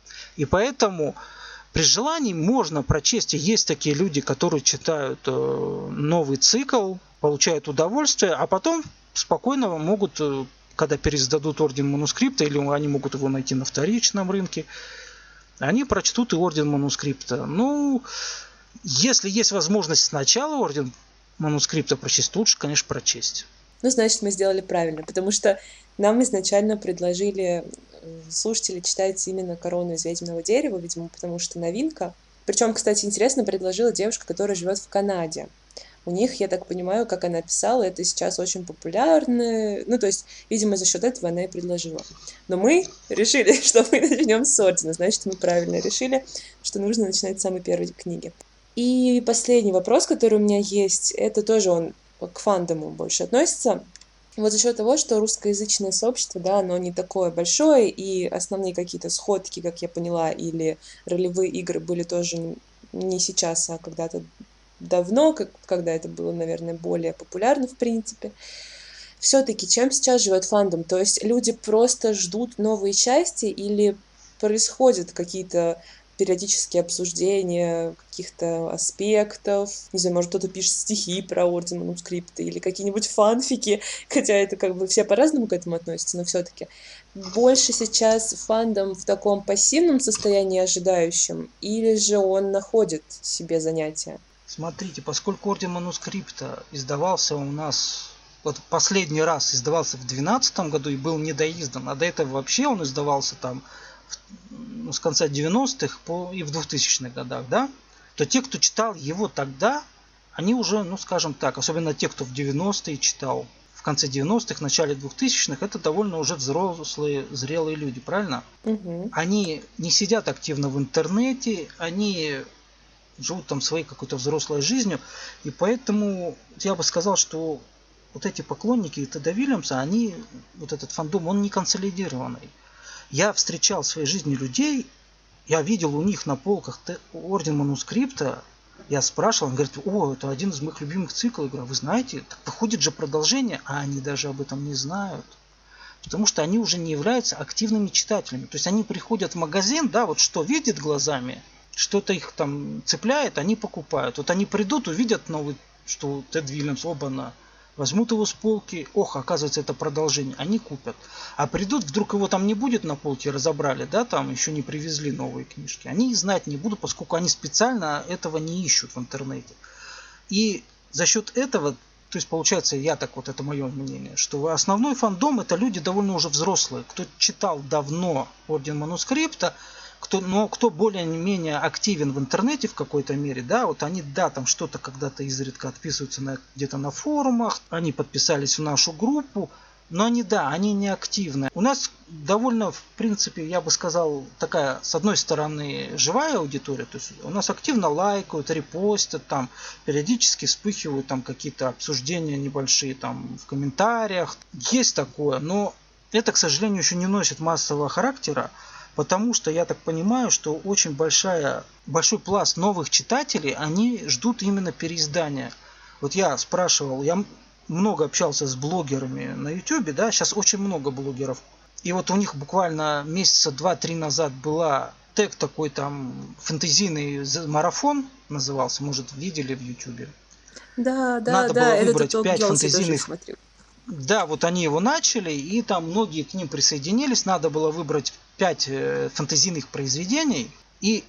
И поэтому при желании можно прочесть, и есть такие люди, которые читают э, новый цикл, получают удовольствие, а потом спокойно могут, когда переиздадут Орден Манускрипта, или они могут его найти на вторичном рынке, они прочтут и Орден Манускрипта. Ну, если есть возможность сначала Орден Манускрипта прочесть, лучше, конечно, прочесть. Ну, значит, мы сделали правильно, потому что нам изначально предложили слушатели читать именно «Корону из ведьминого дерева», видимо, потому что новинка. Причем, кстати, интересно, предложила девушка, которая живет в Канаде. У них, я так понимаю, как она писала, это сейчас очень популярно. Ну, то есть, видимо, за счет этого она и предложила. Но мы решили, что мы начнем с Ордена. Значит, мы правильно решили, что нужно начинать с самой первой книги. И последний вопрос, который у меня есть, это тоже он к фандому больше относится. Вот за счет того, что русскоязычное сообщество, да, оно не такое большое, и основные какие-то сходки, как я поняла, или ролевые игры были тоже не сейчас, а когда-то давно, как, когда это было, наверное, более популярно в принципе. Все-таки чем сейчас живет фандом? То есть люди просто ждут новые части или происходят какие-то периодические обсуждения каких-то аспектов? Не знаю, может, кто-то пишет стихи про Орден Манускрипта или какие-нибудь фанфики, хотя это как бы все по-разному к этому относятся, но все-таки больше сейчас фандом в таком пассивном состоянии ожидающем, или же он находит себе занятия? Смотрите, поскольку Орден Манускрипта издавался у нас, вот последний раз издавался в две тысячи двенадцатом году и был недоиздан, а до этого вообще он издавался там в, ну, с конца девяностых по, и в двухтысячных годах, да, то те, кто читал его тогда, они уже, ну скажем так, особенно те, кто в девяностые читал, в конце девяностых, начале двухтысячных, это довольно уже взрослые, зрелые люди, правильно? Угу. Они не сидят активно в интернете, они живут там своей какой-то взрослой жизнью, и поэтому я бы сказал, что вот эти поклонники Теда Уильямса, они, вот этот фандом, он не консолидированный. Я встречал в своей жизни людей, я видел у них на полках Орден Манускрипта, я спрашивал, он говорит, о, это один из моих любимых циклов. Я говорю, вы знаете, так выходит же продолжение, а они даже об этом не знают. Потому что они уже не являются активными читателями. То есть они приходят в магазин, да, вот что видят глазами, что-то их там цепляет, они покупают. Вот они придут, увидят новый, что Тед Уильямс, оба-на, возьмут его с полки, ох, оказывается, это продолжение, они купят. А придут, вдруг его там не будет на полке, разобрали, да, там еще не привезли новые книжки. Они знать не будут, поскольку они специально этого не ищут в интернете. И за счет этого, то есть получается, я так вот, это мое мнение, что основной фандом это люди довольно уже взрослые, кто читал давно Орден Манускрипта, кто, но кто более-менее активен в интернете в какой-то мере, да, вот они, да, там что-то когда-то изредка отписываются на, где-то на форумах, они подписались в нашу группу, но они, да, они не активны. У нас довольно, в принципе, я бы сказал, такая, с одной стороны, живая аудитория, то есть у нас активно лайкают, репостят, там, периодически вспыхивают там какие-то обсуждения небольшие там в комментариях. Есть такое, но это, к сожалению, еще не носит массового характера. Потому что я так понимаю, что очень большая, большой пласт новых читателей, они ждут именно переиздания. Вот я спрашивал, я много общался с блогерами на ютубе, да, сейчас очень много блогеров. И вот у них буквально месяца два-три назад была тег такой там, фэнтезийный марафон назывался, может видели в ютубе. Да, да, Надо да, было выбрать это пять фэнтезийных... Да, вот они его начали, и там многие к ним присоединились. Надо было выбрать пять э, фэнтезийных произведений. И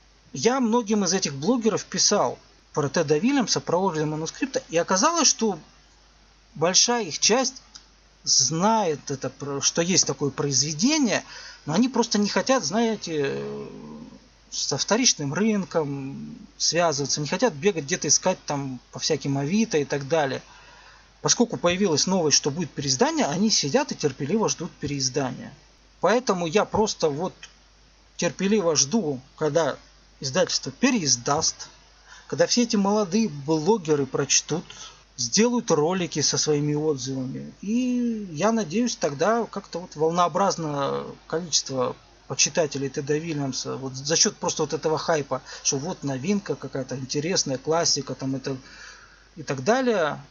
я многим из этих блогеров писал про Теда Вильямса, про Орден Манускрипта. И оказалось, что большая их часть знает, это, что есть такое произведение, но они просто не хотят, знаете, со вторичным рынком связываться, не хотят бегать где-то искать там по всяким Авито и так далее. Поскольку появилась новость, что будет переиздание, они сидят и терпеливо ждут переиздания. Поэтому я просто вот терпеливо жду, когда издательство переиздаст, когда все эти молодые блогеры прочтут, сделают ролики со своими отзывами. И я надеюсь, тогда как-то вот волнообразно количество почитателей Теда Вильямса, вот за счет просто вот этого хайпа, что вот новинка какая-то интересная, классика там это и так далее.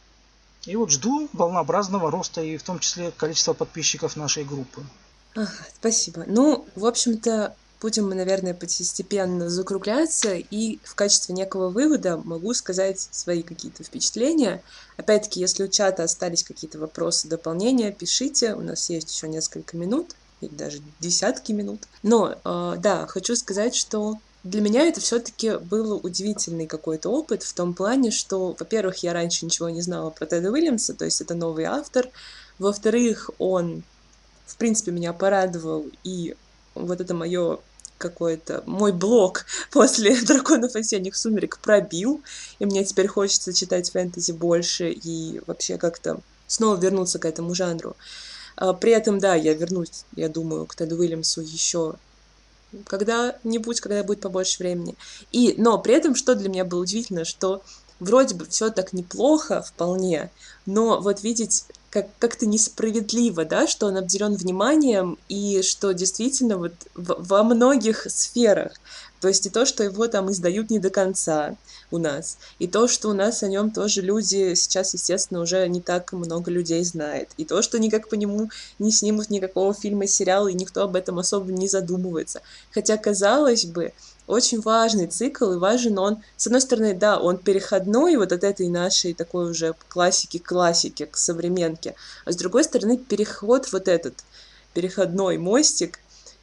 И вот жду волнообразного роста и в том числе количества подписчиков нашей группы. Ага, спасибо. Ну, в общем-то, будем мы, наверное, постепенно закругляться, и в качестве некого вывода могу сказать свои какие-то впечатления. Опять-таки, если у чата остались какие-то вопросы, дополнения, пишите, у нас есть еще несколько минут, или даже десятки минут. Но, э, да, хочу сказать, что для меня это все-таки был удивительный какой-то опыт в том плане, что, во-первых, я раньше ничего не знала про Теда Уильямса, то есть это новый автор. Во-вторых, он, в принципе, меня порадовал, и вот это мое какой-то мой блог после «Драконов осенних сумерек» пробил, и мне теперь хочется читать фэнтези больше и вообще как-то снова вернуться к этому жанру. При этом, да, я вернусь, я думаю, к Теду Уильямсу еще когда-нибудь, когда будет побольше времени. И, но при этом, что для меня было удивительно, что вроде бы все так неплохо вполне, но вот видеть как- как-то несправедливо, да, что он обделен вниманием, и что действительно вот в- во многих сферах, то есть и то, что его там издают не до конца у нас, и то, что у нас о нем тоже люди сейчас, естественно, уже не так много людей знает, и то, что никак по нему не снимут никакого фильма, сериала, и никто об этом особо не задумывается. Хотя, казалось бы, очень важный цикл, и важен он, с одной стороны, да, он переходной вот от этой нашей такой уже классики-классики к современке, а с другой стороны, переход вот этот, переходной мостик,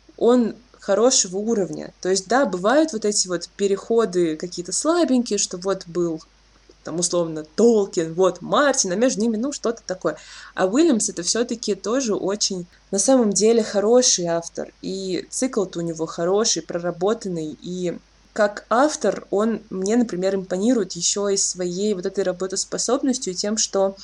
он хорошего уровня. То есть, да, бывают вот эти вот переходы какие-то слабенькие, что вот был там условно Толкин, вот Мартин, а между ними, ну, что-то такое. А Уильямс это все-таки тоже очень, на самом деле, хороший автор, и цикл-то у него хороший, проработанный, и как автор он мне, например, импонирует еще и своей вот этой работоспособностью и тем, что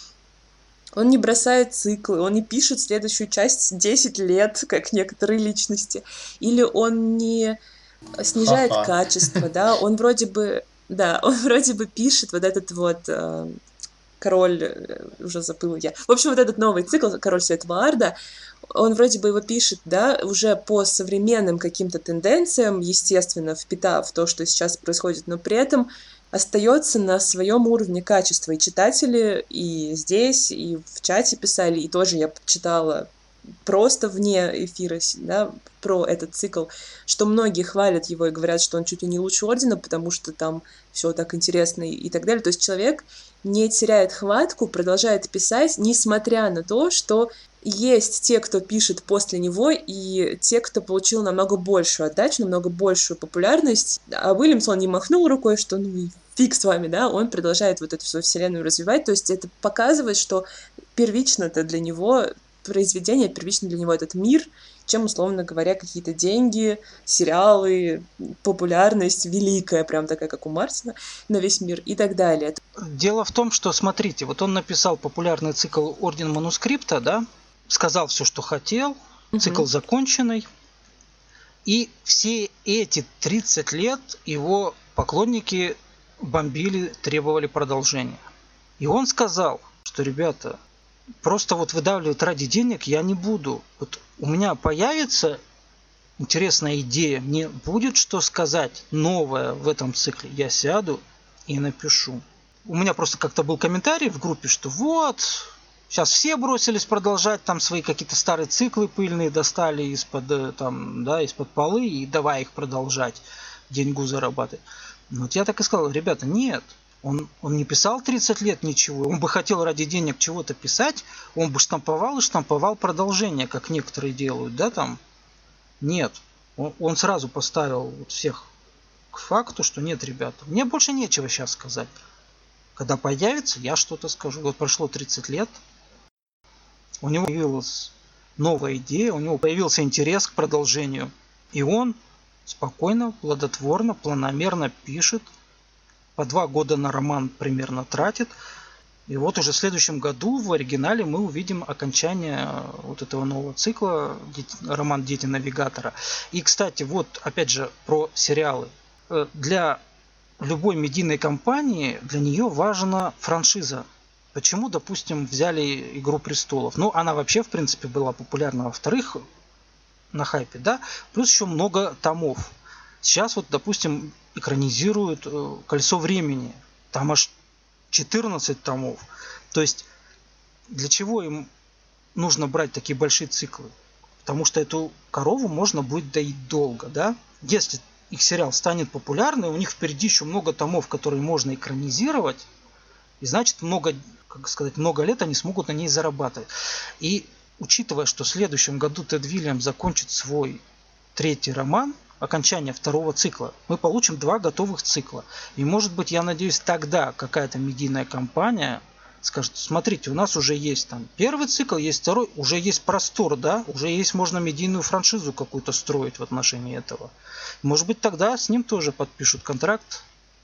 он не бросает циклы, он не пишет следующую часть десять лет, как некоторые личности, или он не снижает Ха-ха. качество, да, он вроде бы, да, он вроде бы пишет вот этот вот э, король, э, уже забыла я, в общем, вот этот новый цикл «Король Светлого Арда», он вроде бы его пишет, да, уже по современным каким-то тенденциям, естественно, впитав то, что сейчас происходит, но при этом остается на своем уровне качества. И читатели и здесь, и в чате писали, и тоже я читала просто вне эфира, да, про этот цикл, что многие хвалят его и говорят, что он чуть ли не лучше Ордена, потому что там все так интересно и так далее. То есть человек не теряет хватку, продолжает писать, несмотря на то, что есть те, кто пишет после него, и те, кто получил намного большую отдачу, намного большую популярность. А Уильямс, он не махнул рукой, что ну и фиг с вами, да, он продолжает вот эту свою вселенную развивать. То есть это показывает, что первично-то для него произведение, первично для него этот мир, чем, условно говоря, какие-то деньги, сериалы, популярность великая, прям такая, как у Мартина, на весь мир и так далее. Дело в том, что, смотрите, вот он написал популярный цикл «Орден Манускрипта», да, сказал все, что хотел, цикл Мгм. законченный, и все эти тридцать лет его поклонники бомбили, требовали продолжения. И он сказал, что, ребята, просто вот выдавливать ради денег я не буду. Вот у меня появится интересная идея, мне будет что сказать новое в этом цикле, я сяду и напишу. У меня просто как-то был комментарий в группе, что вот, сейчас все бросились продолжать, там свои какие-то старые циклы пыльные достали из-под, там, да, из-под полы и давай их продолжать, деньгу зарабатывать. Вот я так и сказал, ребята, нет, Он, он не писал тридцать лет ничего. Он бы хотел ради денег чего-то писать, он бы штамповал и штамповал продолжение, как некоторые делают, да, там. Нет. Он, он сразу поставил вот всех к факту, что нет, ребята, мне больше нечего сейчас сказать. Когда появится, я что-то скажу. Вот прошло тридцать лет, у него появилась новая идея, у него появился интерес к продолжению. И он спокойно, плодотворно, планомерно пишет, по два года на роман примерно тратит. И вот уже в следующем году в оригинале мы увидим окончание вот этого нового цикла, роман «Дети навигатора». И, кстати, вот опять же про сериалы. Для любой медийной компании, для нее важна франшиза. Почему, допустим, взяли «Игру престолов»? Ну, она вообще, в принципе, была популярна. Во-вторых, на хайпе, да? Плюс еще много томов. Сейчас вот, допустим, экранизируют «Кольцо времени». Там аж четырнадцать томов. То есть для чего им нужно брать такие большие циклы? Потому что эту корову можно будет доить долго, да? Если их сериал станет популярным, у них впереди еще много томов, которые можно экранизировать, и значит много, как сказать, много лет они смогут на ней зарабатывать. И учитывая, что в следующем году Тед Вильямс закончит свой третий роман, окончание второго цикла, мы получим два готовых цикла. И может быть, я надеюсь, тогда какая-то медийная компания скажет: смотрите, у нас уже есть там первый цикл, есть второй, уже есть простор, да, уже есть, можно медийную франшизу какую-то строить в отношении этого. Может быть, тогда с ним тоже подпишут контракт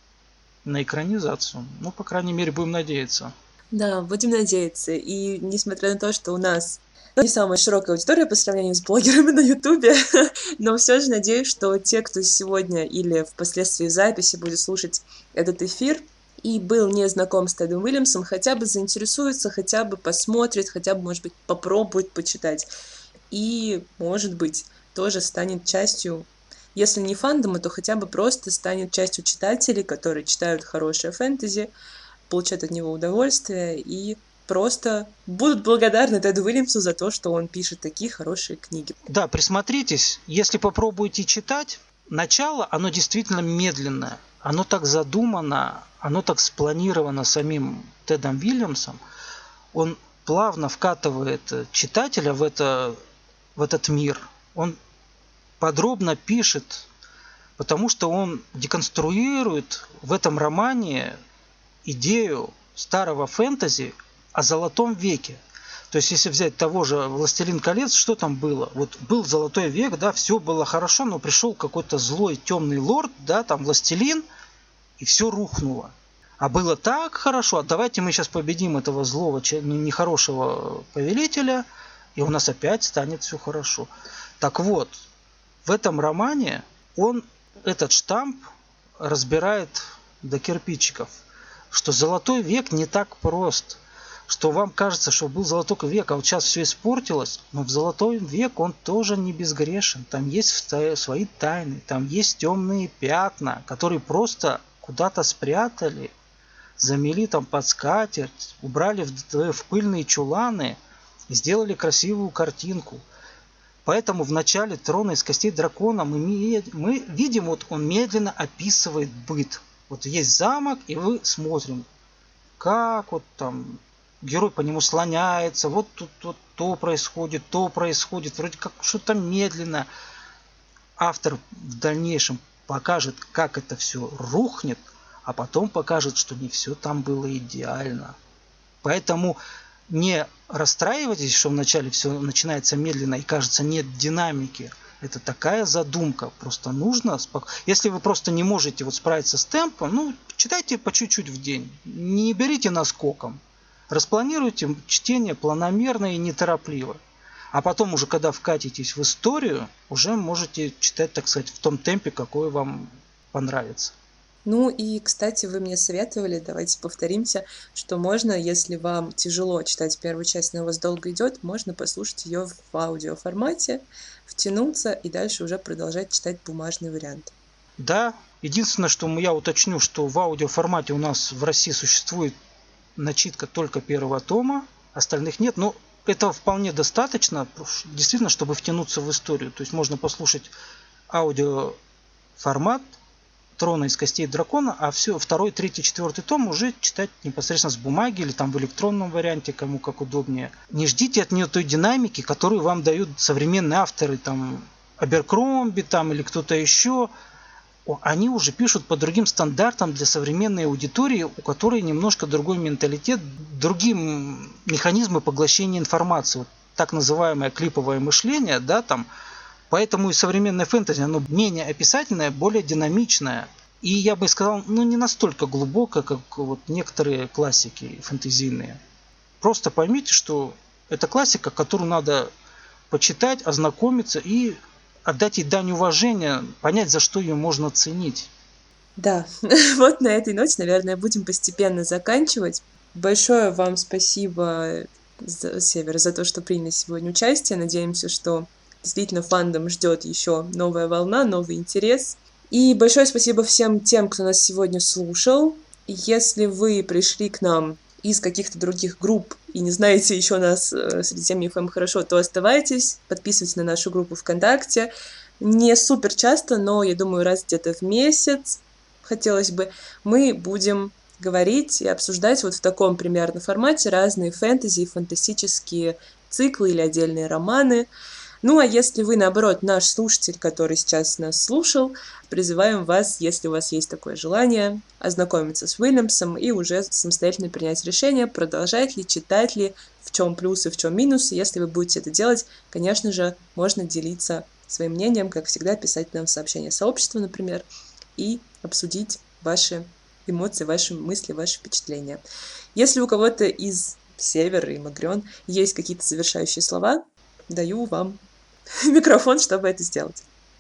на экранизацию. Ну, по крайней мере, будем надеяться. Да, будем надеяться. И несмотря на то, что у нас не самая широкая аудитория по сравнению с блогерами на Ютубе, но все же надеюсь, что те, кто сегодня или впоследствии записи будет слушать этот эфир и был не знаком с Тедом Уильямсом, хотя бы заинтересуется, хотя бы посмотрит, хотя бы, может быть, попробует почитать. И, может быть, тоже станет частью, если не фандома, то хотя бы просто станет частью читателей, которые читают хорошее фэнтези, получают от него удовольствие и просто будут благодарны Теду Уильямсу за то, что он пишет такие хорошие книги. Да, присмотритесь, если попробуете читать, начало, оно действительно медленное, оно так задумано, оно так спланировано самим Тедом Уильямсом, он плавно вкатывает читателя в, это, в этот мир, он подробно пишет, потому что он деконструирует в этом романе идею старого фэнтези о золотом веке. То есть, если взять того же «Властелин колец», что там было? Вот был золотой век, да, все было хорошо, но пришел какой-то злой темный лорд, да, там властелин, и все рухнуло. А было так хорошо, а давайте мы сейчас победим этого злого, нехорошего повелителя, и у нас опять станет все хорошо. Так вот, в этом романе он этот штамп разбирает до кирпичиков, что золотой век не так прост, что вам кажется, что был золотой век, а вот сейчас все испортилось, но в золотой век он тоже не безгрешен, там есть свои тайны, там есть темные пятна, которые просто куда-то спрятали, замели там под скатерть, убрали в, в пыльные чуланы и сделали красивую картинку. Поэтому в начале «Трона из костей дракона» мы, мы видим, вот он медленно описывает быт. Вот есть замок, и мы смотрим, как вот там герой по нему слоняется, вот тут вот то происходит, то происходит, вроде как что-то медленно. Автор в дальнейшем покажет, как это все рухнет, а потом покажет, что не все там было идеально. Поэтому не расстраивайтесь, что вначале все начинается медленно и кажется нет динамики. Это такая задумка. Просто нужно... Спок... Если вы просто не можете вот справиться с темпом, ну, читайте по чуть-чуть в день. Не берите наскоком. Распланируйте чтение планомерно и неторопливо. А потом уже, когда вкатитесь в историю, уже можете читать, так сказать, в том темпе, какой вам понравится. Ну и, кстати, вы мне советовали, давайте повторимся, что можно, если вам тяжело читать первую часть, но у вас долго идет, можно послушать ее в аудиоформате, втянуться и дальше уже продолжать читать бумажный вариант. Да, единственное, что я уточню, что в аудиоформате у нас в России существует начитка только первого тома, остальных нет, но этого вполне достаточно, действительно, чтобы втянуться в историю. То есть можно послушать аудиоформат, «Трона из костей дракона», а все, второй, третий, четвертый том уже читать непосредственно с бумаги или там в электронном варианте, кому как удобнее. Не ждите от нее той динамики, которую вам дают современные авторы, там, Аберкромби там, или кто-то еще. Они уже пишут по другим стандартам для современной аудитории, у которой немножко другой менталитет, другие механизмы поглощения информации. Вот так называемое клиповое мышление, да, там. Поэтому и современное фэнтези, оно менее описательное, более динамичное. И я бы сказал, ну не настолько глубокое, как вот некоторые классики фэнтезийные. Просто поймите, что это классика, которую надо почитать, ознакомиться и отдать ей дань уважения, понять, за что ее можно ценить. Да, вот на этой ноте, наверное, будем постепенно заканчивать. Большое вам спасибо, Север, за то, что приняли сегодня участие. Надеемся, что действительно фандом ждет еще новая волна, новый интерес. И большое спасибо всем тем, кто нас сегодня слушал. Если вы пришли к нам из каких-то других групп и не знаете еще нас среди семьи эф эм хорошо, то оставайтесь, подписывайтесь на нашу группу ВКонтакте. Не супер часто, но я думаю, раз где-то в месяц хотелось бы, мы будем говорить и обсуждать вот в таком примерно формате разные фэнтези и фантастические циклы или отдельные романы. Ну, а если вы, наоборот, наш слушатель, который сейчас нас слушал, призываем вас, если у вас есть такое желание, ознакомиться с Уильямсом и уже самостоятельно принять решение, продолжать ли, читать ли, в чем плюсы, в чем минусы. Если вы будете это делать, конечно же, можно делиться своим мнением, как всегда, писать нам в сообщение сообщества, например, и обсудить ваши эмоции, ваши мысли, ваши впечатления. Если у кого-то из Севера и Магрён есть какие-то завершающие слова, даю вам микрофон, чтобы это сделать.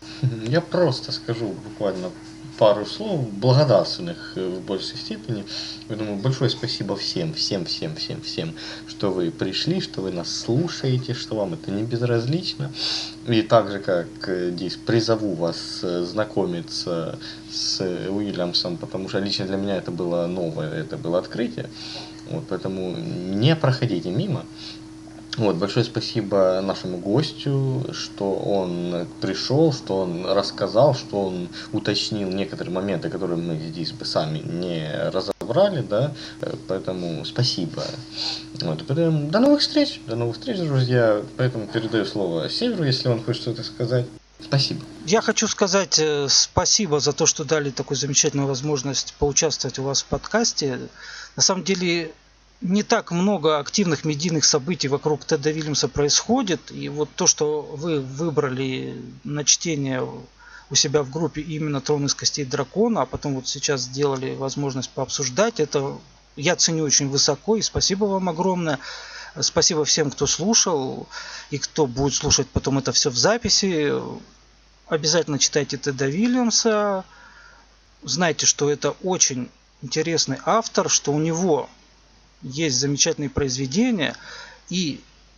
Я просто скажу буквально пару слов, благодарственных в большей степени. Я думаю, большое спасибо всем, всем, всем, всем, всем, что вы пришли, что вы нас слушаете, что вам это не безразлично. И так же, как здесь, призову вас знакомиться с Уильямсом, потому что лично для меня это было новое, это было открытие. Вот, поэтому не проходите мимо. Вот, большое спасибо нашему гостю, что он пришел, что он рассказал, что он уточнил некоторые моменты, которые мы здесь бы сами не разобрали, да, поэтому спасибо. Вот, поэтому до новых встреч, до новых встреч, друзья, поэтому передаю слово Северу, если он хочет что-то сказать. Спасибо. Я хочу сказать спасибо за то, что дали такую замечательную возможность поучаствовать у вас в подкасте. На самом деле, не так много активных медийных событий вокруг Теда Вильямса происходит. И вот то, что вы выбрали на чтение у себя в группе именно «Трон из костей дракона», а потом вот сейчас сделали возможность пообсуждать, это я ценю очень высоко, и спасибо вам огромное. Спасибо всем, кто слушал и кто будет слушать потом это все в записи. Обязательно читайте Теда Вильямса. Знайте, что это очень интересный автор, что у него есть замечательные произведения. И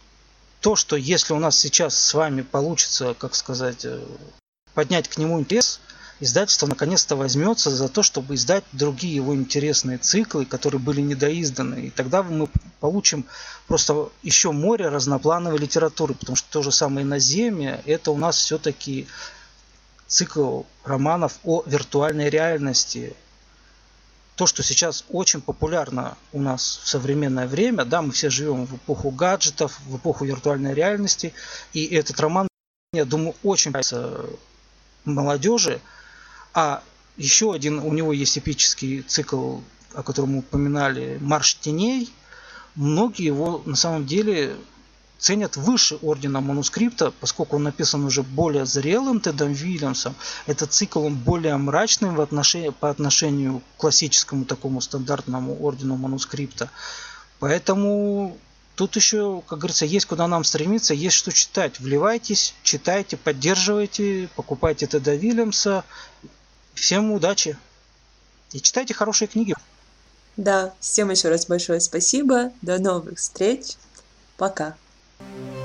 то, что если у нас сейчас с вами получится, как сказать, поднять к нему интерес, издательство наконец-то возьмется за то, чтобы издать другие его интересные циклы, которые были недоизданы. И тогда мы получим просто еще море разноплановой литературы, потому что то же самое «Иноземье» — это у нас все-таки цикл романов о виртуальной реальности. То, что сейчас очень популярно у нас в современное время, да, мы все живем в эпоху гаджетов, в эпоху виртуальной реальности, и этот роман, я думаю, очень нравится молодежи. А еще один, у него есть эпический цикл, о котором мы упоминали, «Марш теней». Многие его на самом деле ценят выше Ордена Манускрипта, поскольку он написан уже более зрелым Тедом Вильямсом. Этот цикл он более мрачным в отношении, по отношению к классическому такому стандартному Ордену Манускрипта. Поэтому тут еще, как говорится, есть куда нам стремиться, есть что читать. Вливайтесь, читайте, поддерживайте, покупайте Теда Вильямса. Всем удачи и читайте хорошие книги. Да, всем еще раз большое спасибо. До новых встреч. Пока.